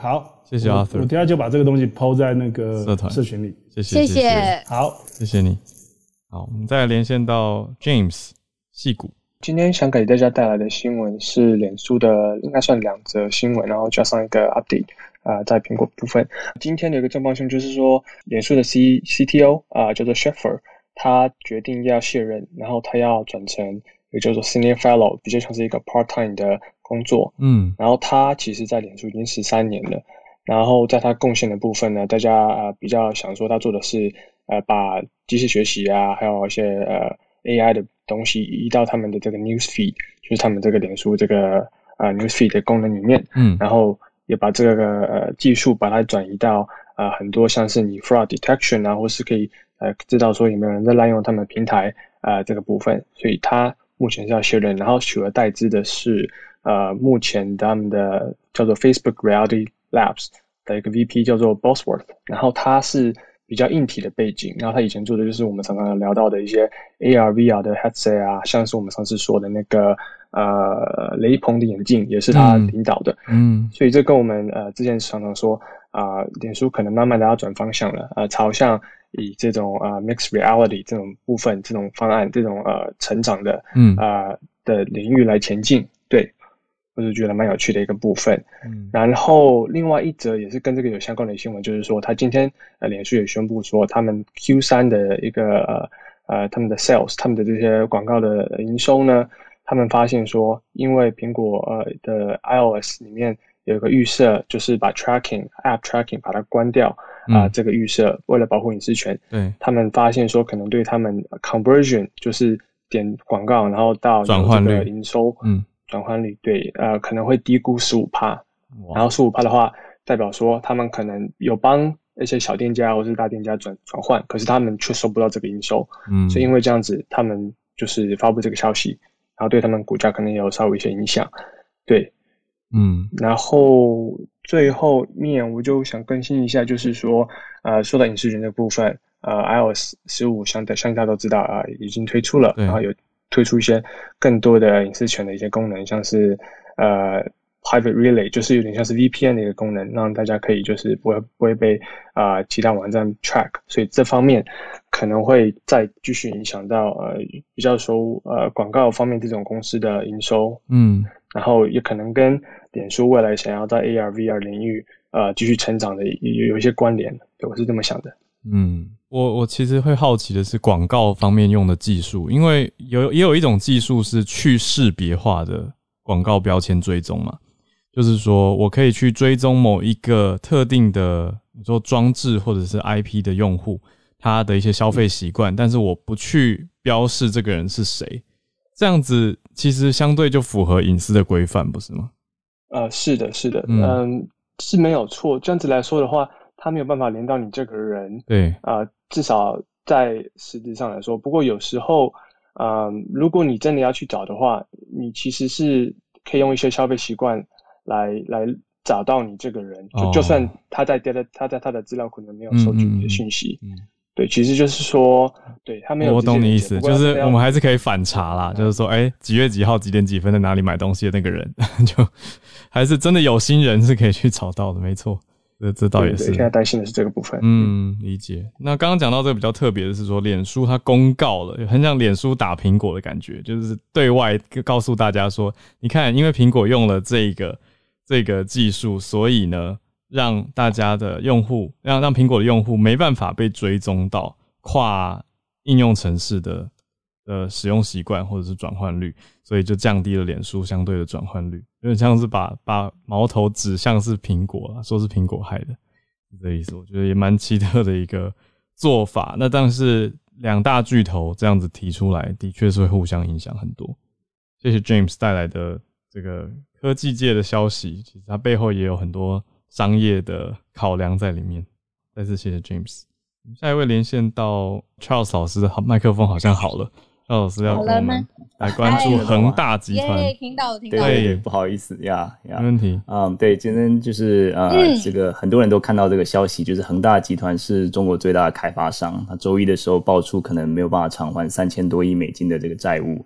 谢谢 Arthur， 我, 我等一下就把这个东西 po 在那个社团社群里。 谢谢谢谢， 好， 谢谢你。好，我们再来连线到 James 矽谷。 今天想给大家带来的新闻是脸书的，应该算两则新闻，然后加上一个 update 啊、呃，在苹果部分。今天的一个重磅新闻就是说，脸书的 C CTO 啊、呃、叫做 Sheffer， 他决定要卸任，然后他要转成也叫做 Senior Fellow， 比较像是一个 part time 的工作。嗯，然后他其实在脸书已经十三年了，然后在他贡献的部分呢，大家呃比较想说他做的是呃把机器学习啊，还有一些呃 A I 的东西移到他们的这个 News Feed， 就是他们这个脸书这个呃 News Feed 的功能里面，嗯，然后也把这个呃技术把它转移到呃很多像是你 fraud detection 啊，或是可以呃知道说有没有人在滥用他们的平台呃这个部分，所以他目前是要卸任，然后取而代之的是呃目前他们的叫做 Facebook Reality Labs 的一个 V P 叫做 Bosworth， 然后他是比较硬体的背景，然后他以前做的就是我们常常聊到的一些 A R V R 的 headset 啊，像是我们上次说的那个呃雷朋的眼镜也是他领导的，嗯，嗯所以这跟我们呃之前常常说啊、呃，脸书可能慢慢的要转方向了，呃，朝向以这种呃 mixed reality 这种部分、这种方案、这种呃成长的嗯呃的领域来前进，对。我就觉得蛮有趣的一个部分，嗯，然后另外一则也是跟这个有相关的新闻，就是说他今天呃脸书也宣布说，他们 Q 三 的一个呃呃他们的 sales， 他们的这些广告的营收呢，他们发现说，因为苹果呃的 iOS 里面有一个预设，就是把 tracking app tracking 把它关掉啊、呃嗯，这个预设为了保护隐私权，对，他们发现说可能对他们 conversion 就是点广告然后到转换率营收，嗯。转换率对，呃，可能会低估 百分之十五， 然后 百分之十五 的话，代表说他们可能有帮一些小店家或是大店家转转换，可是他们却收不到这个营收，嗯，所以因为这样子，他们就是发布这个消息，然后对他们股价可能也有稍微一些影响，对，嗯，然后最后面我就想更新一下，就是说，呃，说到隐私权这部分，呃 ，iOS 十五相相信大家都知道啊、呃，已经推出了，然后有。推出一些更多的隐私权的一些功能，像是呃 Private Relay， 就是有点像是 V P N 的一个功能，让大家可以就是不会不会被啊、呃、其他网站 track， 所以这方面可能会再继续影响到呃比较收呃广告方面这种公司的营收，嗯，然后也可能跟脸书未来想要在 A R V R 领域呃继续成长的有有一些关联，对，我是这么想的， 嗯。我我其实会好奇的是广告方面用的技术，因为有也有一种技术是去识别化的广告标签追踪嘛，就是说我可以去追踪某一个特定的你说装置或者是 I P 的用户他的一些消费习惯，但是我不去标示这个人是谁，这样子其实相对就符合隐私的规范，不是吗？ 呃，是的，是的，嗯，嗯是没有错。这样子来说的话，他没有办法连到你这个人，对，啊、呃，至少在实质上来说。不过有时候，嗯、呃，如果你真的要去找的话，你其实是可以用一些消费习惯来来找到你这个人，就、哦、就算他在他的他在他的资料库里面没有收集你的讯息，嗯嗯嗯对，其实就是说，对他没有。 我懂你意思，就是我们还是可以反查啦，嗯、就是说，哎、欸，几月几号几点几分在哪里买东西的那个人，就还是真的有心人是可以去找到的，没错。这这倒也是。 对对，现在担心的是这个部分。 嗯，理解。那刚刚讲到这个比较特别的是说，脸书它公告了，很像脸书打苹果的感觉，就是对外告诉大家说，你看，因为苹果用了这个这个技术，所以呢。让大家的用户，让让苹果的用户没办法被追踪到跨应用程式的的使用习惯或者是转换率，所以就降低了脸书相对的转换率，有点像是把把矛头指向是苹果啦，说是苹果害的，是这意思。我觉得也蛮奇特的一个做法。那但是两大巨头这样子提出来，的确是会互相影响很多。谢谢 James 带来的这个科技界的消息，其实它背后也有很多商业的考量在里面。再次谢谢 James。 下一位连线到 Charles 老师的麦克风好像好了， Charles 老师要跟我们来关注恒大集团。 听到了听到了。 对，不好意思呀呀， 没问题。 嗯，对，今天就是呃、嗯，这个很多人都看到这个消息，就是恒大集团是中国最大的开发商，他周一的时候爆出可能没有办法偿还三千多亿美金的这个债务。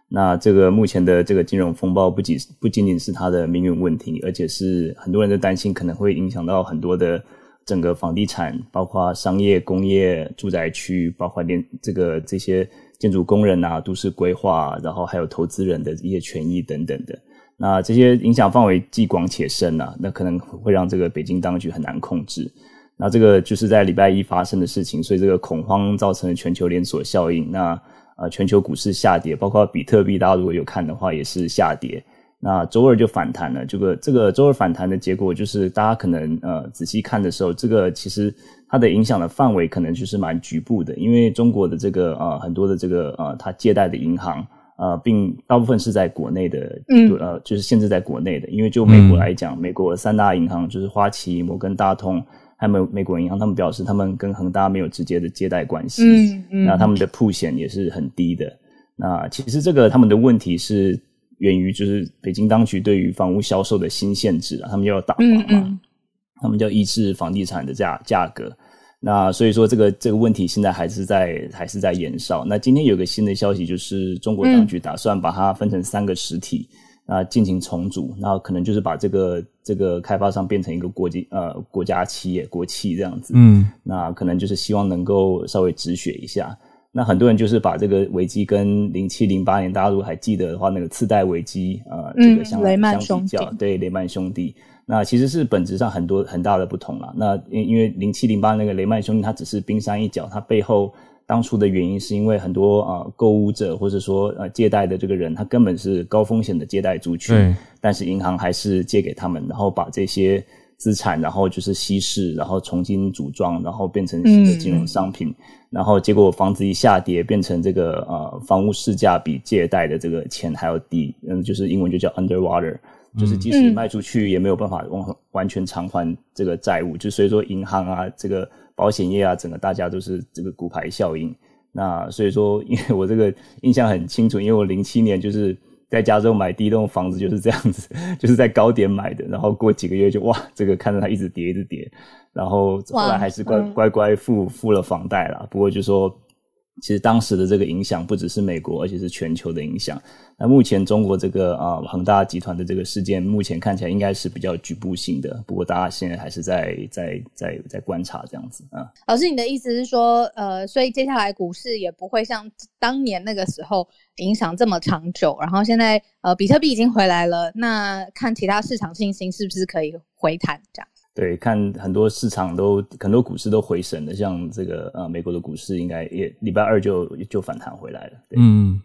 那这个目前的这个金融风暴不仅不仅仅是它的命运问题，而且是很多人都担心可能会影响到很多的整个房地产，包括商业、工业、住宅区，包括连这个这些建筑工人啊、都市规划，然后还有投资人的一些权益等等的。那这些影响范围既广且深啊，那可能会让这个北京当局很难控制。那这个就是在礼拜一发生的事情，所以这个恐慌造成了全球连锁效应。那呃，全球股市下跌，包括比特币，大家如果有看的话也是下跌。那周二就反弹了，这个这个周二反弹的结果就是大家可能呃仔细看的时候，这个其实它的影响的范围可能就是蛮局部的，因为中国的这个呃很多的这个呃它借贷的银行呃并大部分是在国内的，嗯呃就是限制在国内的，因为就美国来讲，嗯、美国三大银行就是花旗、摩根大通。还有美国银行，他们表示他们跟恒大没有直接的借贷关系，嗯嗯，那他们的曝险也是很低的。那其实这个他们的问题是源于就是北京当局对于房屋销售的新限制啊，他们要打房嘛，嗯嗯他们就要抑制房地产的价价格。那所以说这个这个问题现在还是在还是在延烧。那今天有个新的消息，就是中国当局打算把它分成三个实体。嗯那进行重组，那可能就是把这个这个开发商变成一个国际呃国家企业国企这样子，嗯，那可能就是希望能够稍微止血一下。那很多人就是把这个危机跟零七零八年大家如果还记得的话，那个次贷危机呃这个相、 嗯、雷曼相比较，对雷曼兄弟，那其实是本质上很多很大的不同啦。那因因为零七零八那个雷曼兄弟它只是冰山一角，它背后当初的原因是因为很多呃购物者或者说呃借贷的这个人，他根本是高风险的借贷族群，但是银行还是借给他们，然后把这些资产然后就是稀释，然后重新组装，然后变成新的金融商品，嗯、然后结果房子一下跌，变成这个呃房屋市价比借贷的这个钱还要低，嗯，就是英文就叫 underwater。就是即使卖出去也没有办法完全偿还这个债务，就所以说银行啊这个保险业啊整个大家都是这个骨牌效应。那所以说因为我这个印象很清楚，因为我零七年就是在加州买第一栋房子就是这样子，就是在高点买的，然后过几个月就哇这个看着它一直跌一直跌，然后后来还是乖乖乖付付了房贷啦。不过就说其实当时的这个影响不只是美国，而且是全球的影响。那目前中国这个啊恒大集团的这个事件，目前看起来应该是比较局部性的。不过大家现在还是在在在在观察这样子啊。 老师，你的意思是说，呃，所以接下来股市也不会像当年那个时候影响这么长久。然后现在呃，比特币已经回来了，那看其他市场信心是不是可以回弹这样？ 对，看很多市场都很多股市都回神了，像这个呃美国的股市应该也礼拜二就就反弹回来了。对，嗯，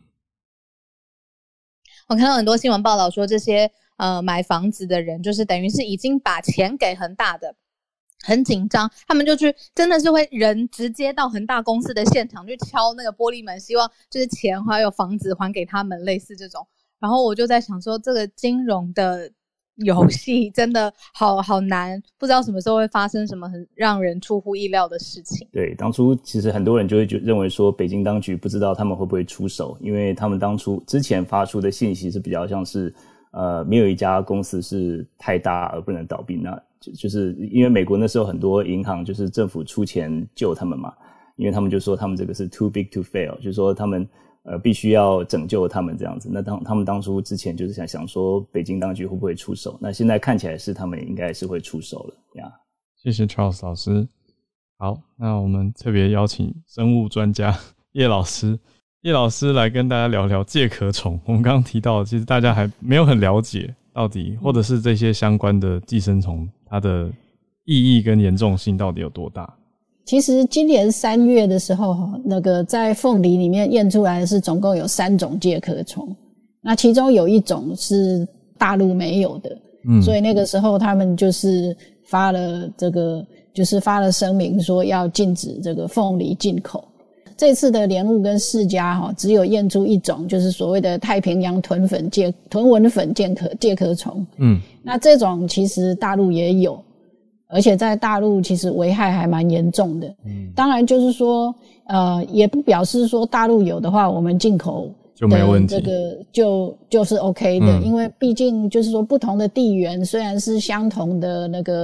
我看到很多新闻报道说，这些呃买房子的人就是等于是已经把钱给恒大的，很紧张，他们就去真的是会人直接到恒大公司的现场去敲那个玻璃门，希望就是钱还有房子还给他们，类似这种。然后我就在想说，这个金融的游戏真的好好难，不知道什么时候会发生什么很让人出乎意料的事情。 对，当初其实很多人就会认为说北京当局不知道他们会不会出手，因为他们当初之前发出的信息是比较像是呃没有一家公司是太大而不能倒闭，那就就是因为美国那时候很多银行就是政府出钱救他们嘛，因为他们就说他们这个是 too big to fail， 就是说他们呃，必须要拯救他们这样子。那当他们当初之前就是想想说，北京当局会不会出手？那现在看起来是他们应该是会出手了呀。 谢谢 Charles 老师。好，那我们特别邀请生物专家叶老师，叶老师来跟大家聊聊介壳虫。我们刚刚提到，其实大家还没有很了解到底，或者是这些相关的寄生虫，它的意义跟严重性到底有多大？ 其实今年三月的时候，那个在凤梨里面验出来的是总共有三种介壳虫，那其中有一种是大陆没有的，嗯，所以那个时候他们就是发了这个，就是发了声明说要禁止这个凤梨进口。这次的莲雾跟释迦哈，只有验出一种，就是所谓的太平洋臀粉介臀纹粉介壳介壳虫，嗯，那这种其实大陆也有。而且在大陆其实危害还蛮严重的，嗯，当然就是说，呃，也不表示说大陆有的话，我们进口就没问题， 这个就就是 OK 的，嗯，因为毕竟就是说不同的地缘虽然是相同的那个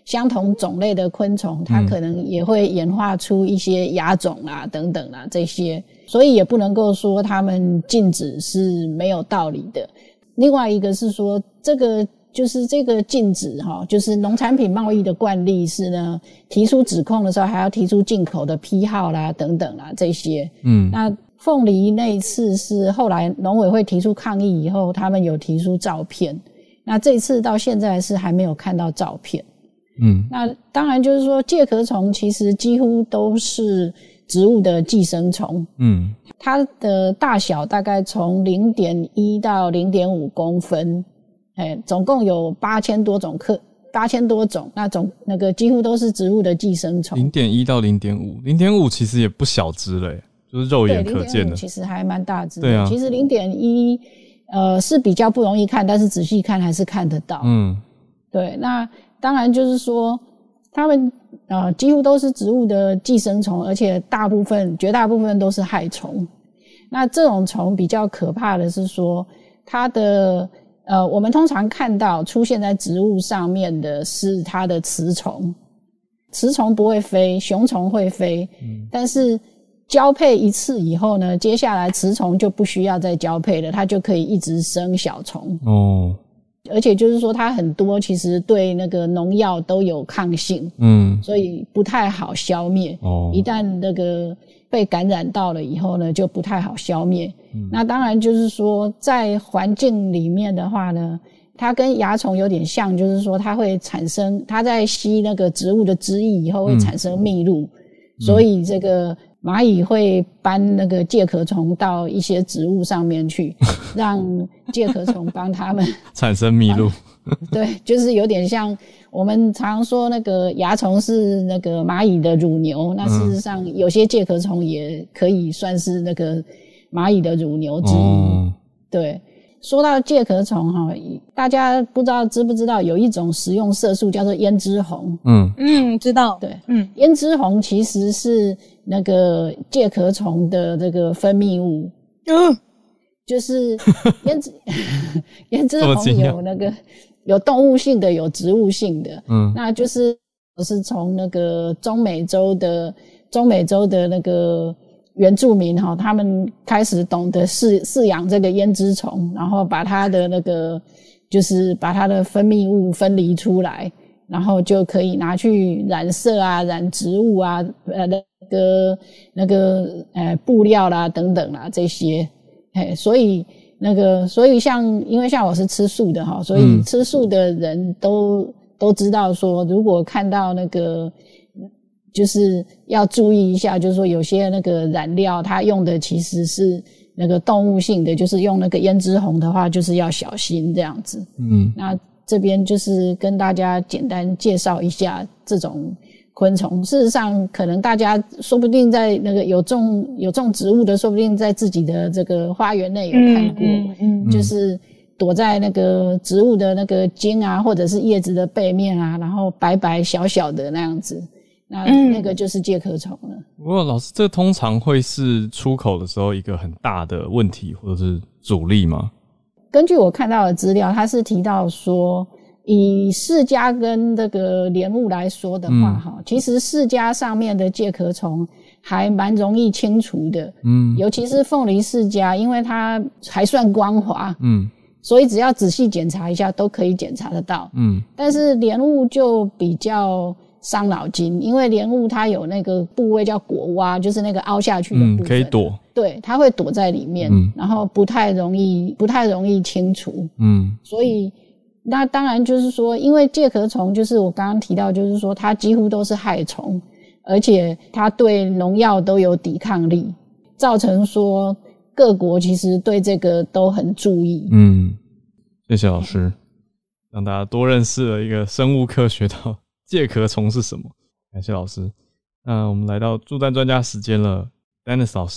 相同种类的昆虫，它可能也会演化出一些亚种啊等等啊这些，所以也不能够说它们禁止是没有道理的。另外一个是说，这个就是这个禁止齁，就是农产品贸易的惯例是呢，提出指控的时候还要提出进口的批号啦等等啦这些。嗯，那凤梨那一次是后来农委会提出抗议以后，他们有提出照片，那这次到现在是还没有看到照片。嗯，那当然就是说介壳虫其实几乎都是植物的寄生虫。嗯，它的大小大概从 零点一 到 零点五 公分，哎，总共有八千多种克八千多种，那种那个几乎都是植物的寄生虫。 零点一 到 零点五 零点五 其实也不小只了耶，就是肉眼可见的， 其实还蛮大只的。 对啊， 其实 零点一 呃是比较不容易看，但是仔细看还是看得到。嗯，对，那当然就是说它们呃几乎都是植物的寄生虫，而且大部分绝大部分都是害虫。那这种虫比较可怕的是说它的呃我们通常看到出现在植物上面的是它的雌虫。雌虫不会飞，雄虫会飞，嗯，但是交配一次以后呢，接下来雌虫就不需要再交配了，它就可以一直生小虫。哦，而且就是说它很多其实对那个农药都有抗性，嗯，所以不太好消灭。哦，一旦那个被感染到了以后呢，就不太好消灭。嗯，那当然就是说在环境里面的话呢，它跟蚜虫有点像，就是说它会产生，它在吸那个植物的汁液以后会产生蜜露，嗯，所以这个蚂蚁会搬那个介壳虫到一些植物上面去，让介壳虫帮它们产生蜜露。 对，就是有点像我们常说那个蚜虫是那个蚂蚁的乳牛，那事实上有些介壳虫也可以算是那个蚂蚁的乳牛之一。哦，对。说到介壳虫哈，大家不知道知不知道有一种食用色素叫做胭脂红。 嗯嗯，知道。 对，嗯，胭脂红其实是那个介壳虫的这个分泌物。嗯，就是胭脂胭脂红有那个有动物性的，有植物性的。嗯，那就是是从那个中美洲的中美洲的那个原住民哈，他们开始懂得饲饲养这个胭脂虫，然后把它的那个就是把它的分泌物分离出来，然后就可以拿去染色啊、染植物啊、呃那个那个呃布料啦等等啦这些，嘿，所以那个所以像因为像我是吃素的哈，所以吃素的人都、嗯、都知道说，如果看到那个。就是要注意一下，就是说有些那个染料它用的其实是那个动物性的，就是用那个胭脂红的话就是要小心这样子。嗯，那这边就是跟大家简单介绍一下这种昆虫。事实上可能大家说不定在那个有种有种植物的，说不定在自己的这个花园内有看过，嗯嗯嗯，就是躲在那个植物的那个茎啊或者是叶子的背面啊，然后白白小小的那样子，那那个就是介壳虫了。 不过老师，这通常会是出口的时候一个很大的问题或者是阻力吗？ 根据我看到的资料，它是提到说，以释迦跟这个莲雾来说的话，哈、嗯，其实释迦上面的介壳虫还蛮容易清除的，嗯，尤其是凤梨释迦，因为它还算光滑，嗯，所以只要仔细检查一下都可以检查得到，嗯，但是莲雾就比较伤脑筋，因为莲雾它有那个部位叫果蛙，就是那个凹下去的部分， 嗯，可以躲， 对，它会躲在里面，嗯，然后不太容易不太容易清除，嗯，所以那当然就是说，因为介壳虫就是我刚刚提到，就是说它几乎都是害虫，而且它对农药都有抵抗力，造成说各国其实对这个都很注意。 嗯，谢谢老师，让大家多认识了一个生物课，学到介壳虫是什么。感谢老师。那我们来到助战专家时间了 ，Dennis 老师，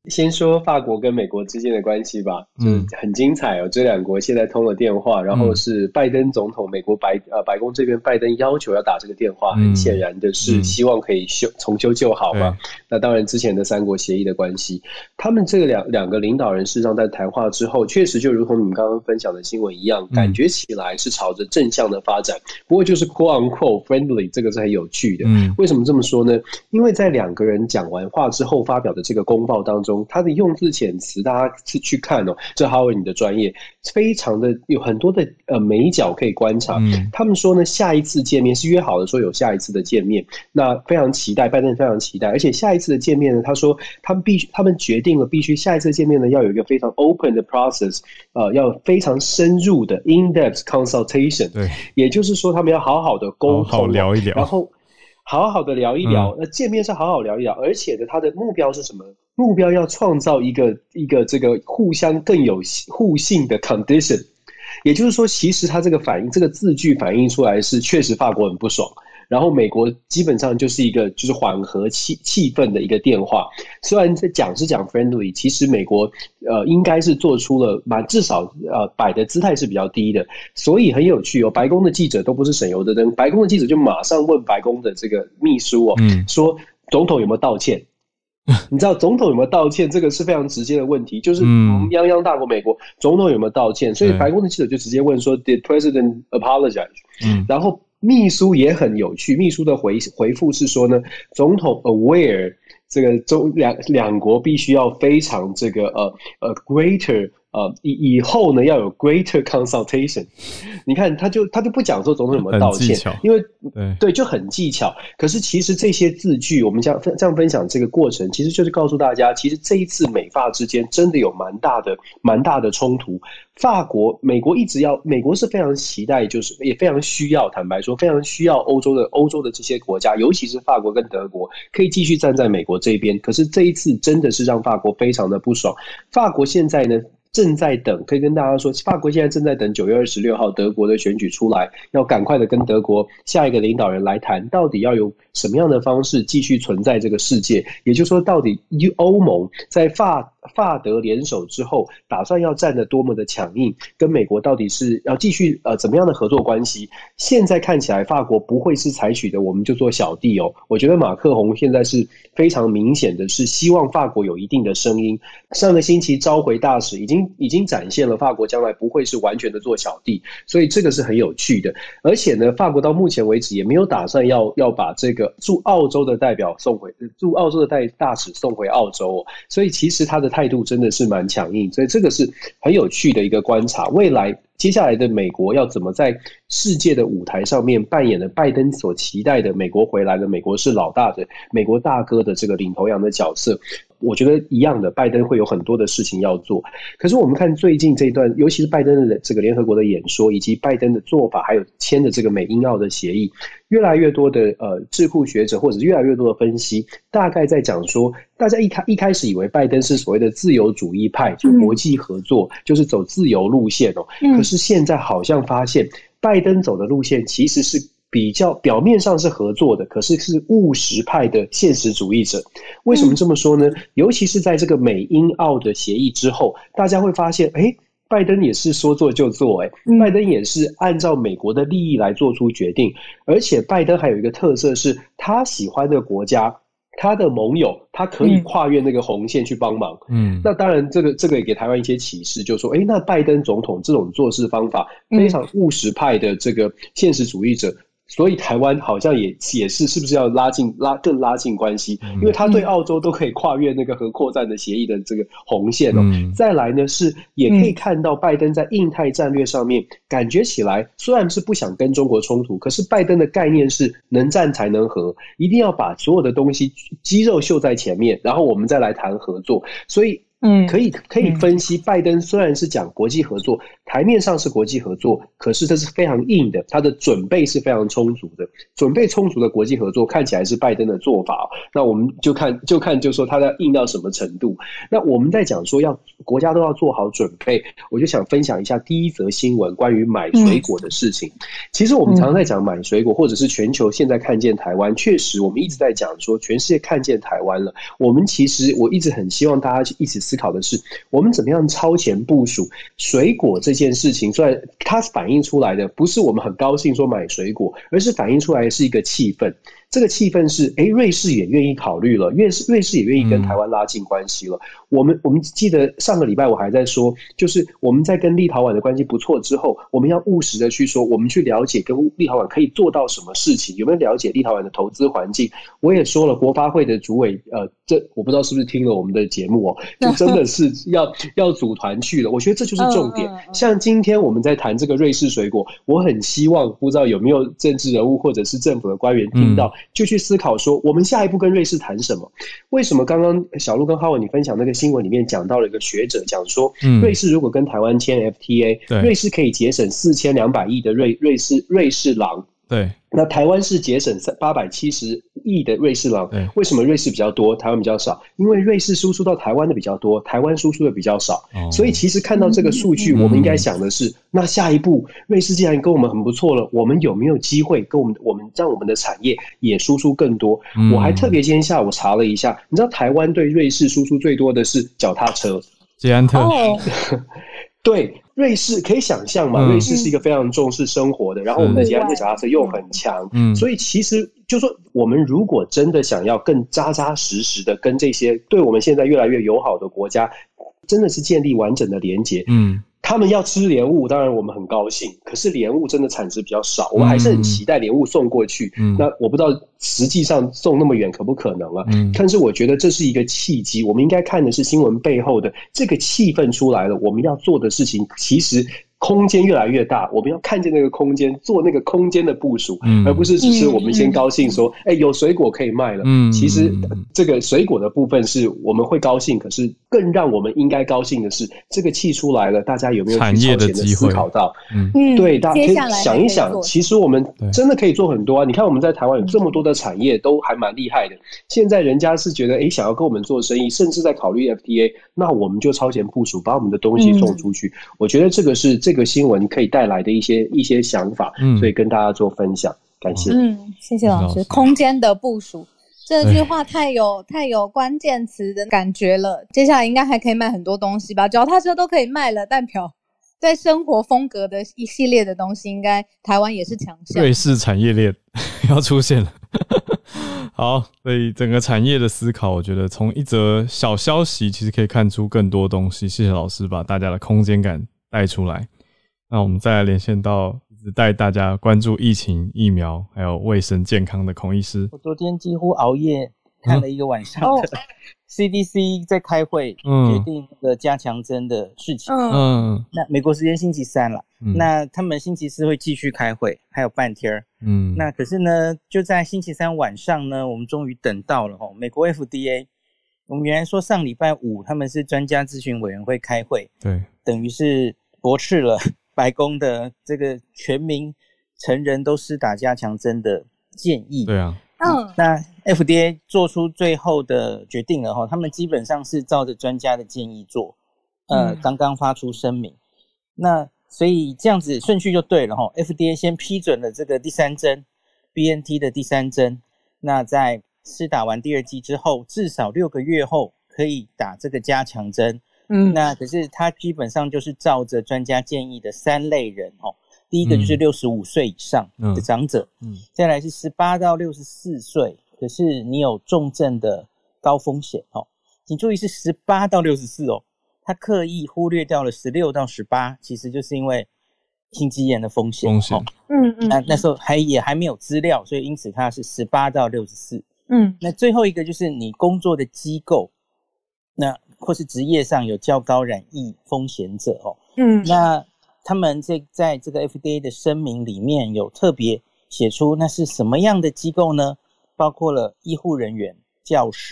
先说法国跟美国之间的关系吧，就是很精彩哦。这两国现在通了电话，然后是拜登总统，美国白呃白宫这边拜登要求要打这个电话，很显然的是希望可以修重修旧好嘛。那当然之前的三国协议的关系，他们这个两两个领导人事实上在谈话之后，确实就如同你们刚刚分享的新闻一样，感觉起来是朝着正向的发展。不过就是 quote unquote friendly， 这个是很有趣的。为什么这么说呢？因为在两个人讲完话之后发表的这个公报当中，他的用字遣词，大家去看哦，这Howard你的专业非常的有很多的呃美角可以观察。嗯、他们说呢，下一次见面是约好了，说有下一次的见面，那非常期待，拜登非常期待，而且下一次的见面呢，他说他们必须，他们决定了必须下一次见面呢要有一个非常 open 的 process， 呃，要非常深入的 in-depth consultation， 对，也就是说他们要好好的沟通，好好聊一聊，然后好好的聊一聊，那、嗯、见面是好好聊一聊，而且呢，他的目标是什么？目标要创造一个一个这个互相更有互信的 condition， 也就是说，其实他这个反应，这个字句反映出来是确实法国很不爽。然后美国基本上就是一个就是缓和气气氛的一个电话，虽然在讲是讲 friendly， 其实美国呃应该是做出了蛮至少呃摆的姿态是比较低的，所以很有趣哦。白宫的记者都不是省油的灯，白宫的记者就马上问白宫的这个秘书哦，嗯、说总统有没有道歉？你知道总统有没有道歉？这个是非常直接的问题，就是泱泱大国美国，总统有没有道歉？所以白宫的记者就直接问说 ，Did President apologize？嗯，然后秘书也很有趣，秘书的回回复是说呢，总统 aware 这个中两两国必须要非常这个呃呃 greater。呃，以以后呢要有 greater consultation， 你看他就他就不讲说总统有没有道歉，因为 对, 对就很技巧。可是其实这些字句，我们这样这样分享这个过程，其实就是告诉大家，其实这一次美法之间真的有蛮大的蛮大的冲突。法国、美国一直要，美国是非常期待，就是也非常需要，坦白说，非常需要欧洲的欧洲的这些国家，尤其是法国跟德国，可以继续站在美国这边。可是这一次真的是让法国非常的不爽。法国现在呢？正在等，可以跟大家说，法国现在正在等九月二十六号德国的选举出来，要赶快的跟德国下一个领导人来谈，到底要有什么样的方式继续存在这个世界。也就是说，到底欧盟在法法德联手之后，打算要站得多么的强硬，跟美国到底是要继续呃怎么样的合作关系？现在看起来，法国不会是采取的我们就做小弟哦。我觉得马克宏现在是非常明显的是希望法国有一定的声音。上个星期召回大使已经。已经展现了法国将来不会是完全的做小弟，所以这个是很有趣的。而且呢，法国到目前为止也没有打算要要把这个驻澳洲的代表送回，驻澳洲的代大使送回澳洲哦。所以其实他的态度真的是蛮强硬，所以这个是很有趣的一个观察。未来接下来的美国要怎么在世界的舞台上面扮演了拜登所期待的美国回来了，美国是老大的美国大哥的这个领头羊的角色。我觉得一样的，拜登会有很多的事情要做。可是我们看最近这一段，尤其是拜登的这个联合国的演说，以及拜登的做法，还有签的这个美英澳的协议，越来越多的呃智库学者或者越来越多的分析，大概在讲说，大家一开一开始以为拜登是所谓的自由主义派，就国际合作，嗯、就是走自由路线哦。嗯、可是现在好像发现，拜登走的路线其实是。比较表面上是合作的，可是是务实派的现实主义者。为什么这么说呢？尤其是在这个美英澳的协议之后，大家会发现，诶拜登也是说做就做，诶拜登也是按照美国的利益来做出决定，而且拜登还有一个特色是，他喜欢的国家。他的盟友，他可以跨越那个红线去帮忙。嗯，那当然，这个这个也给台湾一些启示，就是说，哎，那拜登总统这种做事方法非常务实派的这个现实主义者。所以台湾好像也也是是不是要拉近拉更拉近关系？因为他对澳洲都可以跨越那个核扩散的协议的这个红线哦。嗯、再来呢是也可以看到拜登在印太战略上面，感觉起来虽然是不想跟中国冲突，可是拜登的概念是能战才能和，一定要把所有的东西肌肉秀在前面，然后我们再来谈合作。所以嗯，可以可以分析，拜登虽然是讲国际合作，台面上是国际合作，可是这是非常硬的，他的准备是非常充足的，准备充足的国际合作看起来是拜登的做法、哦、那我们就看就看就说他要硬到什么程度。那我们在讲说要国家都要做好准备，我就想分享一下第一则新闻关于买水果的事情。嗯、其实我们常常在讲买水果，或者是全球现在看见台湾，确实我们一直在讲说全世界看见台湾了。我们其实我一直很希望大家一起思考的是，我们怎么样超前部署水果这件事情。虽然它反映出来的不是我们很高兴说买水果，而是反映出来的是一个气氛。这个气氛是，哎，瑞士也愿意考虑了，瑞士瑞士也愿意跟台湾拉近关系了。嗯、我们我们记得上个礼拜我还在说，就是我们在跟立陶宛的关系不错之后，我们要务实的去说，我们去了解跟立陶宛可以做到什么事情，有没有了解立陶宛的投资环境。我也说了，国发会的主委，呃，这我不知道是不是听了我们的节目哦，就真的是要要组团去了。我觉得这就是重点。像今天我们在谈这个瑞士水果，我很希望不知道有没有政治人物或者是政府的官员听到。嗯就去思考说我们下一步跟瑞士谈什么。为什么刚刚小鹿跟浩文你分享那个新闻里面讲到了一个学者讲说，嗯、瑞士如果跟台湾签 F T A， 瑞士可以节省四千两百亿的瑞瑞士瑞士郎。 对， 那台湾是节省八百七十亿的瑞士郎，为什么瑞士比较多，台湾比较少？因为瑞士输出到台湾的比较多，台湾输出的比较少。哦、所以其实看到这个数据，嗯、我们应该想的是，嗯、那下一步瑞士既然跟我们很不错了，我们有没有机会跟我们我们让我们的产业也输出更多？嗯、我还特别今天下午查了一下，你知道台湾对瑞士输出最多的是脚踏车， 捷安特。 哦对，瑞士可以想象嘛，嗯、瑞士是一个非常重视生活的，然后我们的捷安特脚踏车又很强，嗯、所以其实就说我们如果真的想要更扎扎实实的跟这些对我们现在越来越友好的国家，真的是建立完整的连结，嗯。他们要吃莲雾，当然我们很高兴，可是莲雾真的产值比较少，我们还是很期待莲雾送过去。嗯、那我不知道实际上送那么远可不可能啊？嗯、但是我觉得这是一个契机，我们应该看的是新闻背后的这个气氛出来了，我们要做的事情其实空间越来越大，我们要看见那个空间，做那个空间的部署，嗯、而不是只是我们先高兴说，哎、嗯欸，有水果可以卖了。嗯、其实这个水果的部分是我们会高兴，可是更让我们应该高兴的是，这个气出来了，大家有没有去超前的思考到？嗯，对，大家可以想一想，其实我们真的可以做很多啊。你看我们在台湾有这么多的产业，都还蛮厉害的。现在人家是觉得，哎、欸，想要跟我们做生意，甚至在考虑 F T A， 那我们就超前部署，把我们的东西送出去。嗯、我觉得这个是这。这个新闻可以带来的一些一些想法，嗯、所以跟大家做分享，感谢。 嗯，谢谢老师。空间的部署这句话太有太有关键词的感觉了。接下来应该还可以卖很多东西吧？脚踏车都可以卖了，代表在生活风格的一系列的东西，应该台湾也是强项。 瑞士产业链要出现了。好，所以整个产业的思考，我觉得从一则小消息其实可以看出更多东西。谢谢老师把大家的空间感带出来。那我们再来连线到带大家关注疫情、疫苗还有卫生健康的孔医师。 我昨天几乎熬夜看了一个晚上的 C D C 在开会，嗯、决定的加强针的事情。嗯，那美国时间星期三了，嗯、那他们星期四会继续开会，还有半天。嗯，那可是呢，就在星期三晚上呢，我们终于等到了齁，美国 F D A。我们原来说上礼拜五他们是专家咨询委员会开会，对，等于是驳斥了白宫的这个全民成人都施打加强针的建议。对啊，嗯，那 F D A 做出最后的决定了齁，他们基本上是照着专家的建议做，呃，刚刚发出声明。那所以这样子顺序就对了齁 ，F D A 先批准了这个第三针 B N T 的第三针，那在施打完第二剂之后，至少六个月后可以打这个加强针。嗯，那可是它基本上就是照着专家建议的三类人哦。第一个就是六十五岁以上的长者，嗯，嗯再来是十八到六十四岁，可是你有重症的高风险哦。请注意是十八到六十四哦，他刻意忽略掉了十六到十八，其实就是因为心肌炎的风险。风险，哦、嗯嗯，那那时候还也还没有资料，所以因此它是十八到六十四。嗯，那最后一个就是你工作的机构，那或是职业上有较高染疫风险者哦，嗯，那他们在在这个 F D A 的声明里面有特别写出那是什么样的机构呢？包括了医护人员、教师、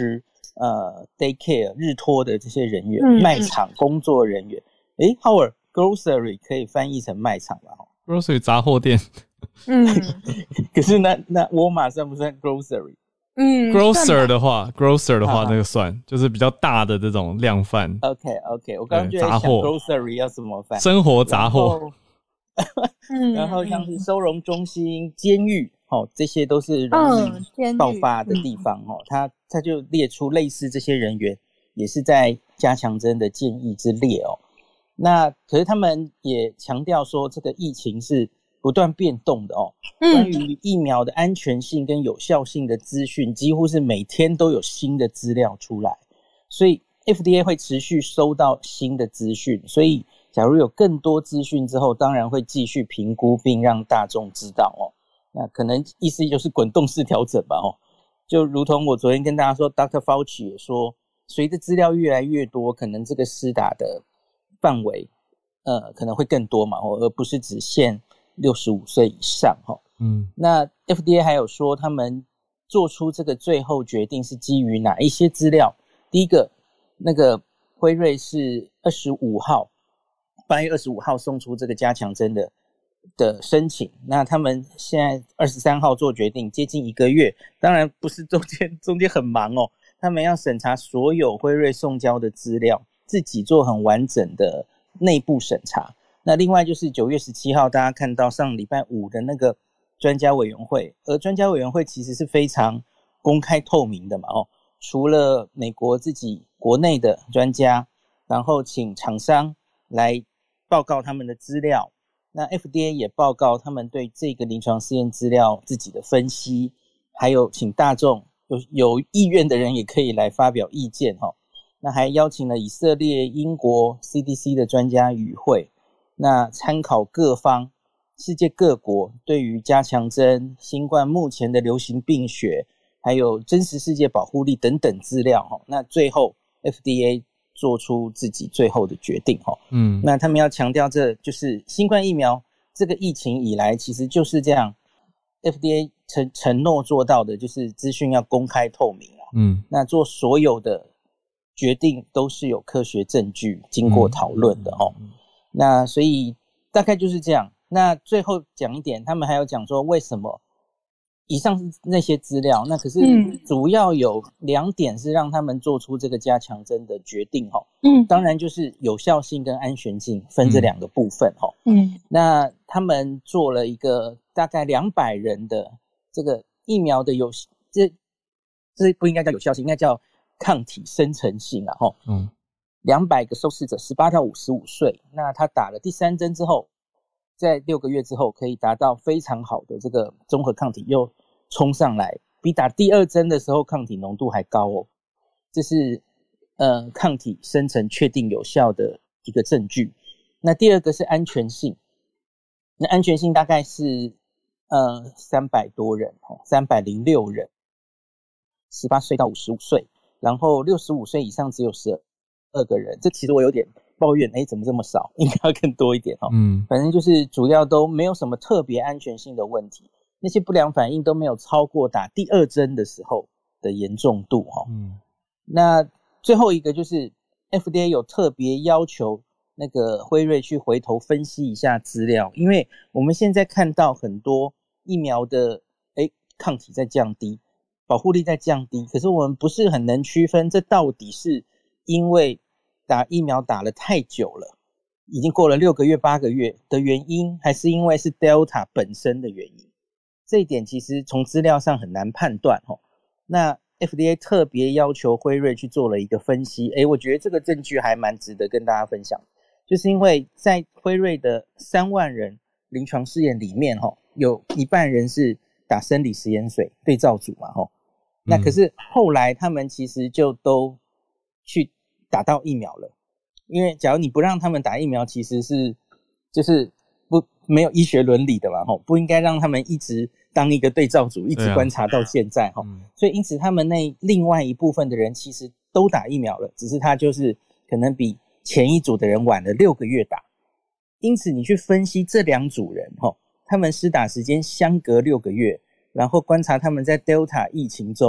呃 daycare 日托的这些人员，嗯、卖场工作人员。诶 Howard grocery 可以翻译成卖场吧 ？grocery 杂货店。 嗯， 可是那那沃尔玛算不算 grocery？ 嗯 ，grocer 的话 ，grocer 的话那个算，就是比较大的这种量贩。 OK OK， 我刚刚就在想 grocery 要怎么翻， 生活杂货。 然后像是收容中心、监狱，哦，这些都是容易爆发的地方，哦，他他就列出类似这些人员，也是在加强针的建议之列哦。那可是他们也强调说，这个疫情是不断变动的哦。嗯、关于疫苗的安全性跟有效性的资讯，几乎是每天都有新的资料出来，所以 F D A 会持续收到新的资讯。所以，假如有更多资讯之后，当然会继续评估并让大众知道哦。那可能意思就是滚动式调整吧哦。就如同我昨天跟大家说 ，Doctor Fauci 也说，随着资料越来越多，可能这个施打的范围呃可能会更多嘛，而不是只限六十五岁以上齁。嗯，那 F D A 还有说他们做出这个最后决定是基于哪一些资料？第一个，那个辉瑞是二十五号八月二十五号送出这个加强针的的申请，那他们现在二十三号做决定，接近一个月，当然不是中间中间很忙哦，他们要审查所有辉瑞送交的资料，自己做很完整的内部审查。那另外就是九月十七号大家看到上礼拜五的那个专家委员会，而专家委员会其实是非常公开透明的嘛哦，除了美国自己国内的专家，然后请厂商来报告他们的资料，那 F D A 也报告他们对这个临床试验资料自己的分析，还有请大众有有意愿的人也可以来发表意见齁。那还邀请了以色列、英国 C D C 的专家与会，那参考各方世界各国对于加强针、新冠目前的流行病学，还有真实世界保护力等等资料齁。那最后 F D A 做出自己最后的决定齁。嗯，那他们要强调，这就是新冠疫苗这个疫情以来其实就是这样 F D A 承承诺做到的，就是资讯要公开透明啊。嗯，那做所有的决定都是有科学证据经过讨论的齁。嗯，那所以大概就是这样。那最后讲一点，他们还有讲说为什么以上是那些资料，那可是主要有两点是让他们做出这个加强针的决定齁。嗯，当然就是有效性跟安全性分这两个部分齁。嗯，那他们做了一个大概两百人的这个疫苗的有这这不应该叫有效性，应该叫抗体生成性啊齁。嗯，两百个受试者十八到五十五岁，那他打了第三针之后，在六个月之后可以达到非常好的这个综合抗体又冲上来，比打第二针的时候抗体浓度还高哦。这是呃抗体生成确定有效的一个证据。那第二个是安全性，那安全性大概是呃三百多人哦，三百零六人，十八岁到五十五岁，然后六十五岁以上只有十二个人。这其实我有点抱怨，诶怎么这么少，应该要更多一点齁。嗯，反正就是主要都没有什么特别安全性的问题，那些不良反应都没有超过打第二针的时候的严重度齁。嗯，那最后一个就是 F D A 有特别要求那个辉瑞去回头分析一下资料，因为我们现在看到很多疫苗的诶抗体在降低，保护力在降低，可是我们不是很能区分这到底是因为打疫苗打了太久了，已经过了六个月八个月的原因，还是因为是 Delta 本身的原因。这一点其实从资料上很难判断齁。那 F D A 特别要求辉瑞去做了一个分析，诶我觉得这个证据还蛮值得跟大家分享，就是因为在辉瑞的三万人临床试验里面齁，有一半人是打生理食盐水对照组嘛齁。那可是后来他们其实就都去打到疫苗了，因为假如你不让他们打疫苗，其实是就是不没有医学伦理的嘛齁，不应该让他们一直当一个对照组，一直观察到现在齁。嗯，所以因此他们那另外一部分的人其实都打疫苗了，只是他就是可能比前一组的人晚了六个月打。因此你去分析这两组人齁，他们施打时间相隔六个月，然后观察他们在 Delta 疫情中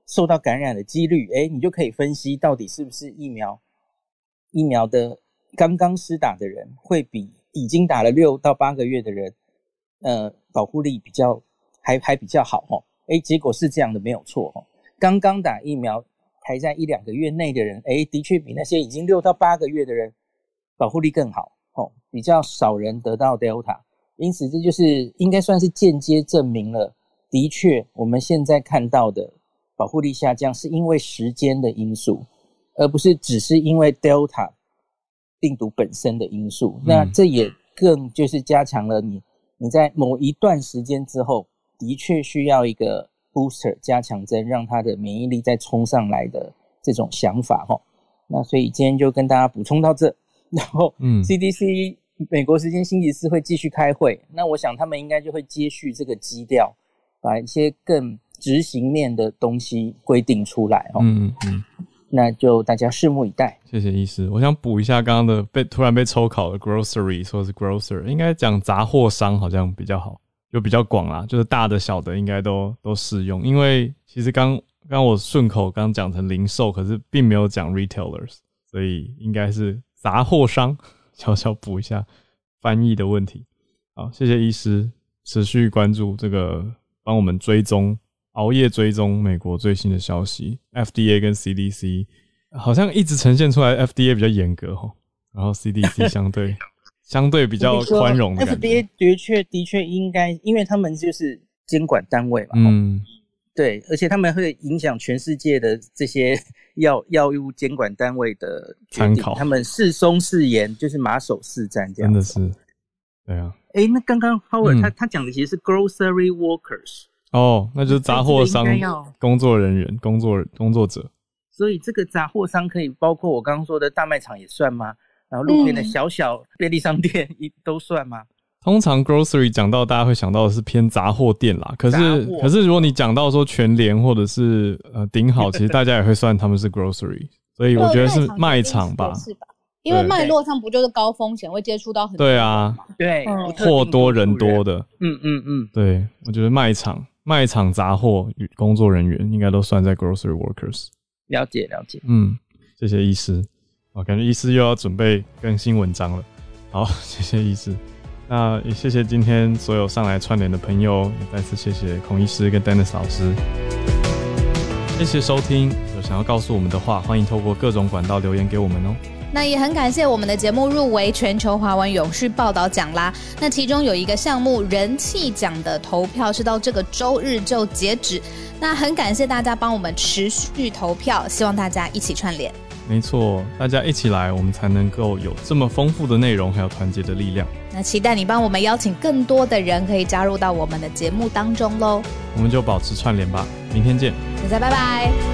受到感染的几率，诶，你就可以分析到底是不是疫苗疫苗的刚刚施打的人会比已经打了六到八个月的人呃保护力比较还还比较好齁。诶，结果是这样的，没有错齁。刚刚打疫苗还在一两个月内的人，诶，的确比那些已经六到八个月的人保护力更好齁，比较少人得到 Delta。因此这就是应该算是间接证明了，的确我们现在看到的保护力下降是因为时间的因素，而不是只是因为 Delta 病毒本身的因素。嗯、那这也更就是加强了你你在某一段时间之后的确需要一个 booster 加强针，让它的免疫力再冲上来的这种想法齁。那所以今天就跟大家补充到这，然后 C D C、嗯美国时间星期四会继续开会，那我想他们应该就会接续这个基调，把一些更执行面的东西规定出来齁。嗯嗯，那就大家拭目以待。 谢谢医师，我想补一下刚刚的被突然被抽考的 grocery 或是 grocer， 应该讲杂货商好像比较好，就比较广啦，就是大的小的应该都都适用。因为其实刚刚我顺口刚讲成零售，可是并没有讲 retailers， 所以应该是杂货商。小小补一下翻译的问题。好，谢谢医师持续关注这个，帮我们追踪熬夜追踪美国最新的消息。F D A 跟 C D C 好像一直呈现出来 F D A 比较严格齁，然后 C D C 相对相对比较宽容的感觉。 F D A 的确的确应该，因为他们就是监管单位嘛。嗯。对，而且他们会影响全世界的这些药药物监管单位的参考， 他们是松是严，就是马首是瞻这样。 真的是，对啊。 诶，那刚刚 Howard、嗯、他他讲的其实是 grocery workers， 哦，那就是杂货商工作人员、工作工作者。 所以这个杂货商可以包括我刚刚说的大卖场也算吗？然后路边的小小便利商店都算吗？ 通常 grocery 讲到大家会想到的是偏杂货店啦，可是可是如果你讲到说全联或者是呃顶好，其实大家也会算他们是 grocery， 所以我觉得是卖场吧， 是吧？因为脉络上不就是高风险会接触到很多人对啊， 对， 货多人多的， 嗯嗯嗯， 对，我觉得卖场卖场杂货与工作人员应该都算在 grocery workers。 了解了解， 嗯，谢谢医师，我感觉医师又要准备更新文章了，好，谢谢医师。那也谢谢今天所有上来串联的朋友，也再次谢谢孔医师跟 Dennis 老师。谢谢收听，有想要告诉我们的话，欢迎透过各种管道留言给我们哦。 那也很感谢我们的节目入围全球华文永续报道奖啦。那其中有一个项目人气奖的投票是到这个周日就截止，那很感谢大家帮我们持续投票，希望大家一起串联。 没错，大家一起来，我们才能够有这么丰富的内容，还有团结的力量。 那期待你帮我们邀请更多的人可以加入到我们的节目当中咯。 我们就保持串联吧，明天见， 大家拜拜。